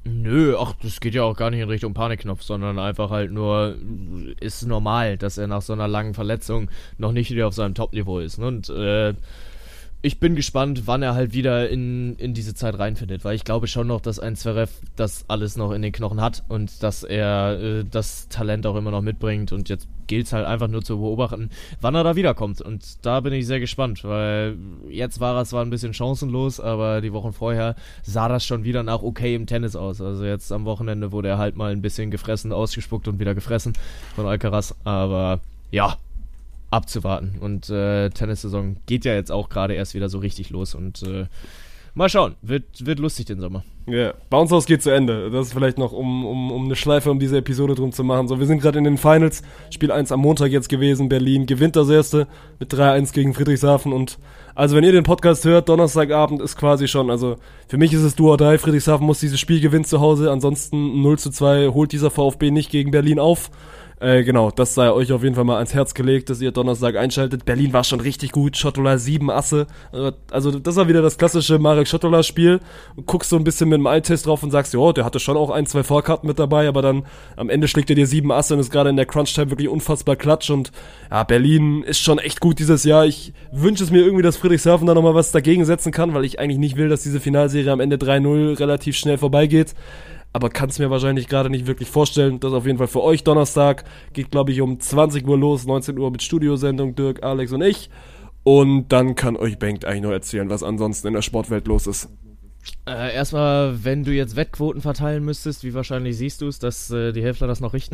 Nö, ach, das geht ja auch gar nicht in Richtung Panikknopf, sondern einfach halt nur, ist normal, dass er nach so einer langen Verletzung noch nicht wieder auf seinem Top-Niveau ist. Ne? Und äh, ich bin gespannt, wann er halt wieder in, in diese Zeit reinfindet, weil ich glaube schon noch, dass ein Zverev das alles noch in den Knochen hat und dass er äh, das Talent auch immer noch mitbringt, und jetzt gilt es halt einfach nur zu beobachten, wann er da wiederkommt, und da bin ich sehr gespannt, weil jetzt war er zwar ein bisschen chancenlos, aber die Wochen vorher sah das schon wieder nach okay im Tennis aus. Also jetzt am Wochenende wurde er halt mal ein bisschen gefressen, ausgespuckt und wieder gefressen von Alcaraz, aber ja, abzuwarten. Und äh, Tennissaison geht ja jetzt auch gerade erst wieder so richtig los, und äh, mal schauen, wird, wird lustig den Sommer. Ja, yeah. Bounce House geht zu Ende. Das ist vielleicht noch, um, um, um eine Schleife um diese Episode drum zu machen. So, wir sind gerade in den Finals. Spiel eins am Montag jetzt gewesen. Berlin gewinnt das erste mit drei eins gegen Friedrichshafen. Und also wenn ihr den Podcast hört, Donnerstagabend ist quasi schon, also für mich ist es do or die. Friedrichshafen muss dieses Spiel gewinnen zu Hause. Ansonsten null zu zwei holt dieser VfB nicht gegen Berlin auf. Äh, genau, das sei euch auf jeden Fall mal ans Herz gelegt, dass ihr Donnerstag einschaltet. Berlin war schon richtig gut, Schottola sieben Asse. Also das war wieder das klassische Marek Schottola-Spiel. Guckst so ein bisschen mit dem Eye-Test drauf und sagst, ja, der hatte schon auch ein, zwei Vorkarten mit dabei, aber dann am Ende schlägt er dir sieben Asse und ist gerade in der Crunch-Time wirklich unfassbar klatsch. Und ja, Berlin ist schon echt gut dieses Jahr. Ich wünsche es mir irgendwie, dass Friedrichshafen da nochmal was dagegen setzen kann, weil ich eigentlich nicht will, dass diese Finalserie am Ende drei null relativ schnell vorbeigeht. Aber kann es mir wahrscheinlich gerade nicht wirklich vorstellen. Das auf jeden Fall für euch Donnerstag. Geht, glaube ich, um zwanzig Uhr los, neunzehn Uhr mit Studiosendung, Dirk, Alex und ich. Und dann kann euch Bengt eigentlich nur erzählen, was ansonsten in der Sportwelt los ist. Äh, erstmal, wenn du jetzt Wettquoten verteilen müsstest, wie wahrscheinlich siehst du es, dass äh, die Hälfler das noch richten?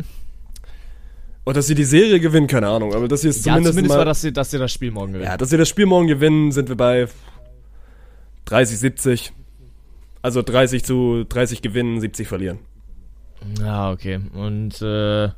Und dass sie die Serie gewinnen, keine Ahnung. Aber dass sie es ja, zumindest, zumindest mal, war, dass sie, dass sie das Spiel morgen gewinnen. Ja, dass sie das Spiel morgen gewinnen, sind wir bei dreißig siebzig. Also dreißig zu dreißig gewinnen, siebzig verlieren. Ja, okay. Und, äh,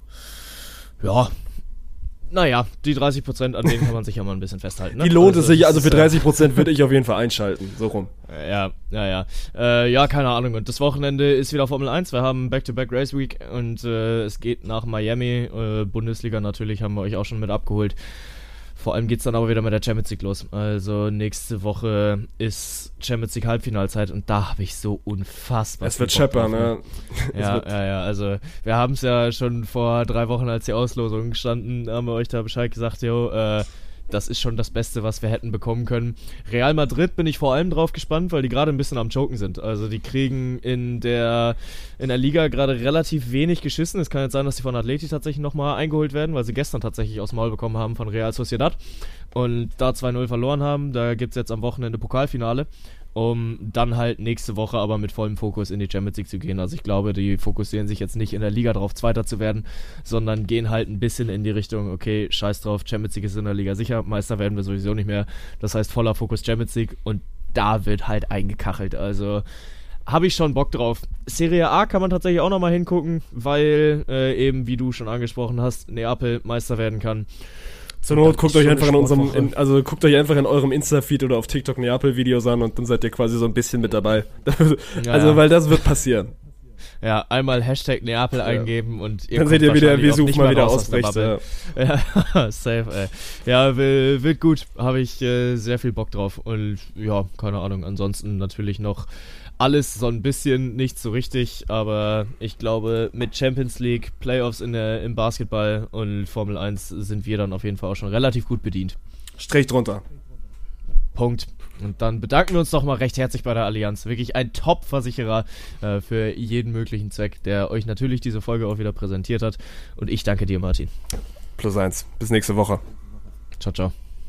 ja, naja, die dreißig Prozent, an denen kann man sich ja mal ein bisschen festhalten. Ne? Die lohnt also, es sich, also für ist, dreißig Prozent würde ich auf jeden Fall einschalten, so rum. Ja, ja, ja. Äh, ja, keine Ahnung. Und das Wochenende ist wieder Formel eins. Wir haben Back-to-Back Race Week und äh, es geht nach Miami. Äh, Bundesliga natürlich haben wir euch auch schon mit abgeholt. Vor allem geht's dann aber wieder mit der Champions League los. Also nächste Woche ist Champions League Halbfinalzeit und da habe ich so unfassbar. Es wird scheppern, ne? Ja, ja, ja. Also wir haben es ja schon vor drei Wochen, als die Auslosung standen, haben wir euch da Bescheid gesagt, jo, äh, das ist schon das Beste, was wir hätten bekommen können. Real Madrid bin ich vor allem drauf gespannt, weil die gerade ein bisschen am Choken sind. Also die kriegen in der in der Liga gerade relativ wenig geschissen. Es kann jetzt sein, dass die von Atleti tatsächlich nochmal eingeholt werden, weil sie gestern tatsächlich aufs Maul bekommen haben von Real Sociedad und da zwei null verloren haben. Da gibt es jetzt am Wochenende Pokalfinale, um dann halt nächste Woche aber mit vollem Fokus in die Champions League zu gehen. Also ich glaube, die fokussieren sich jetzt nicht in der Liga drauf, Zweiter zu werden, sondern gehen halt ein bisschen in die Richtung, okay, scheiß drauf, Champions League ist in der Liga sicher, Meister werden wir sowieso nicht mehr. Das heißt voller Fokus Champions League und da wird halt eingekachelt. Also habe ich schon Bock drauf. Serie A kann man tatsächlich auch nochmal hingucken, weil äh, eben, wie du schon angesprochen hast, Neapel Meister werden kann. Zur Not guckt euch einfach in unserem, in, also guckt euch einfach in eurem Insta-Feed oder auf TikTok Neapel-Videos an und dann seid ihr quasi so ein bisschen mit dabei. Also, ja, weil das wird passieren. Ja, einmal Hashtag Neapel ja. eingeben und ihr dann seht ihr wieder, wie Such mal wieder ausbricht. Ja, ja safe, ey. Ja, will, wird gut. Habe ich äh, sehr viel Bock drauf. Und ja, keine Ahnung, ansonsten natürlich noch alles so ein bisschen nicht so richtig, aber ich glaube, mit Champions League, Playoffs in der, im Basketball und Formel eins sind wir dann auf jeden Fall auch schon relativ gut bedient. Strich drunter. Punkt. Und dann bedanken wir uns doch mal recht herzlich bei der Allianz. Wirklich ein Top-Versicherer äh, für jeden möglichen Zweck, der euch natürlich diese Folge auch wieder präsentiert hat. Und ich danke dir, Martin. Plus eins. Bis nächste Woche. Ciao, ciao.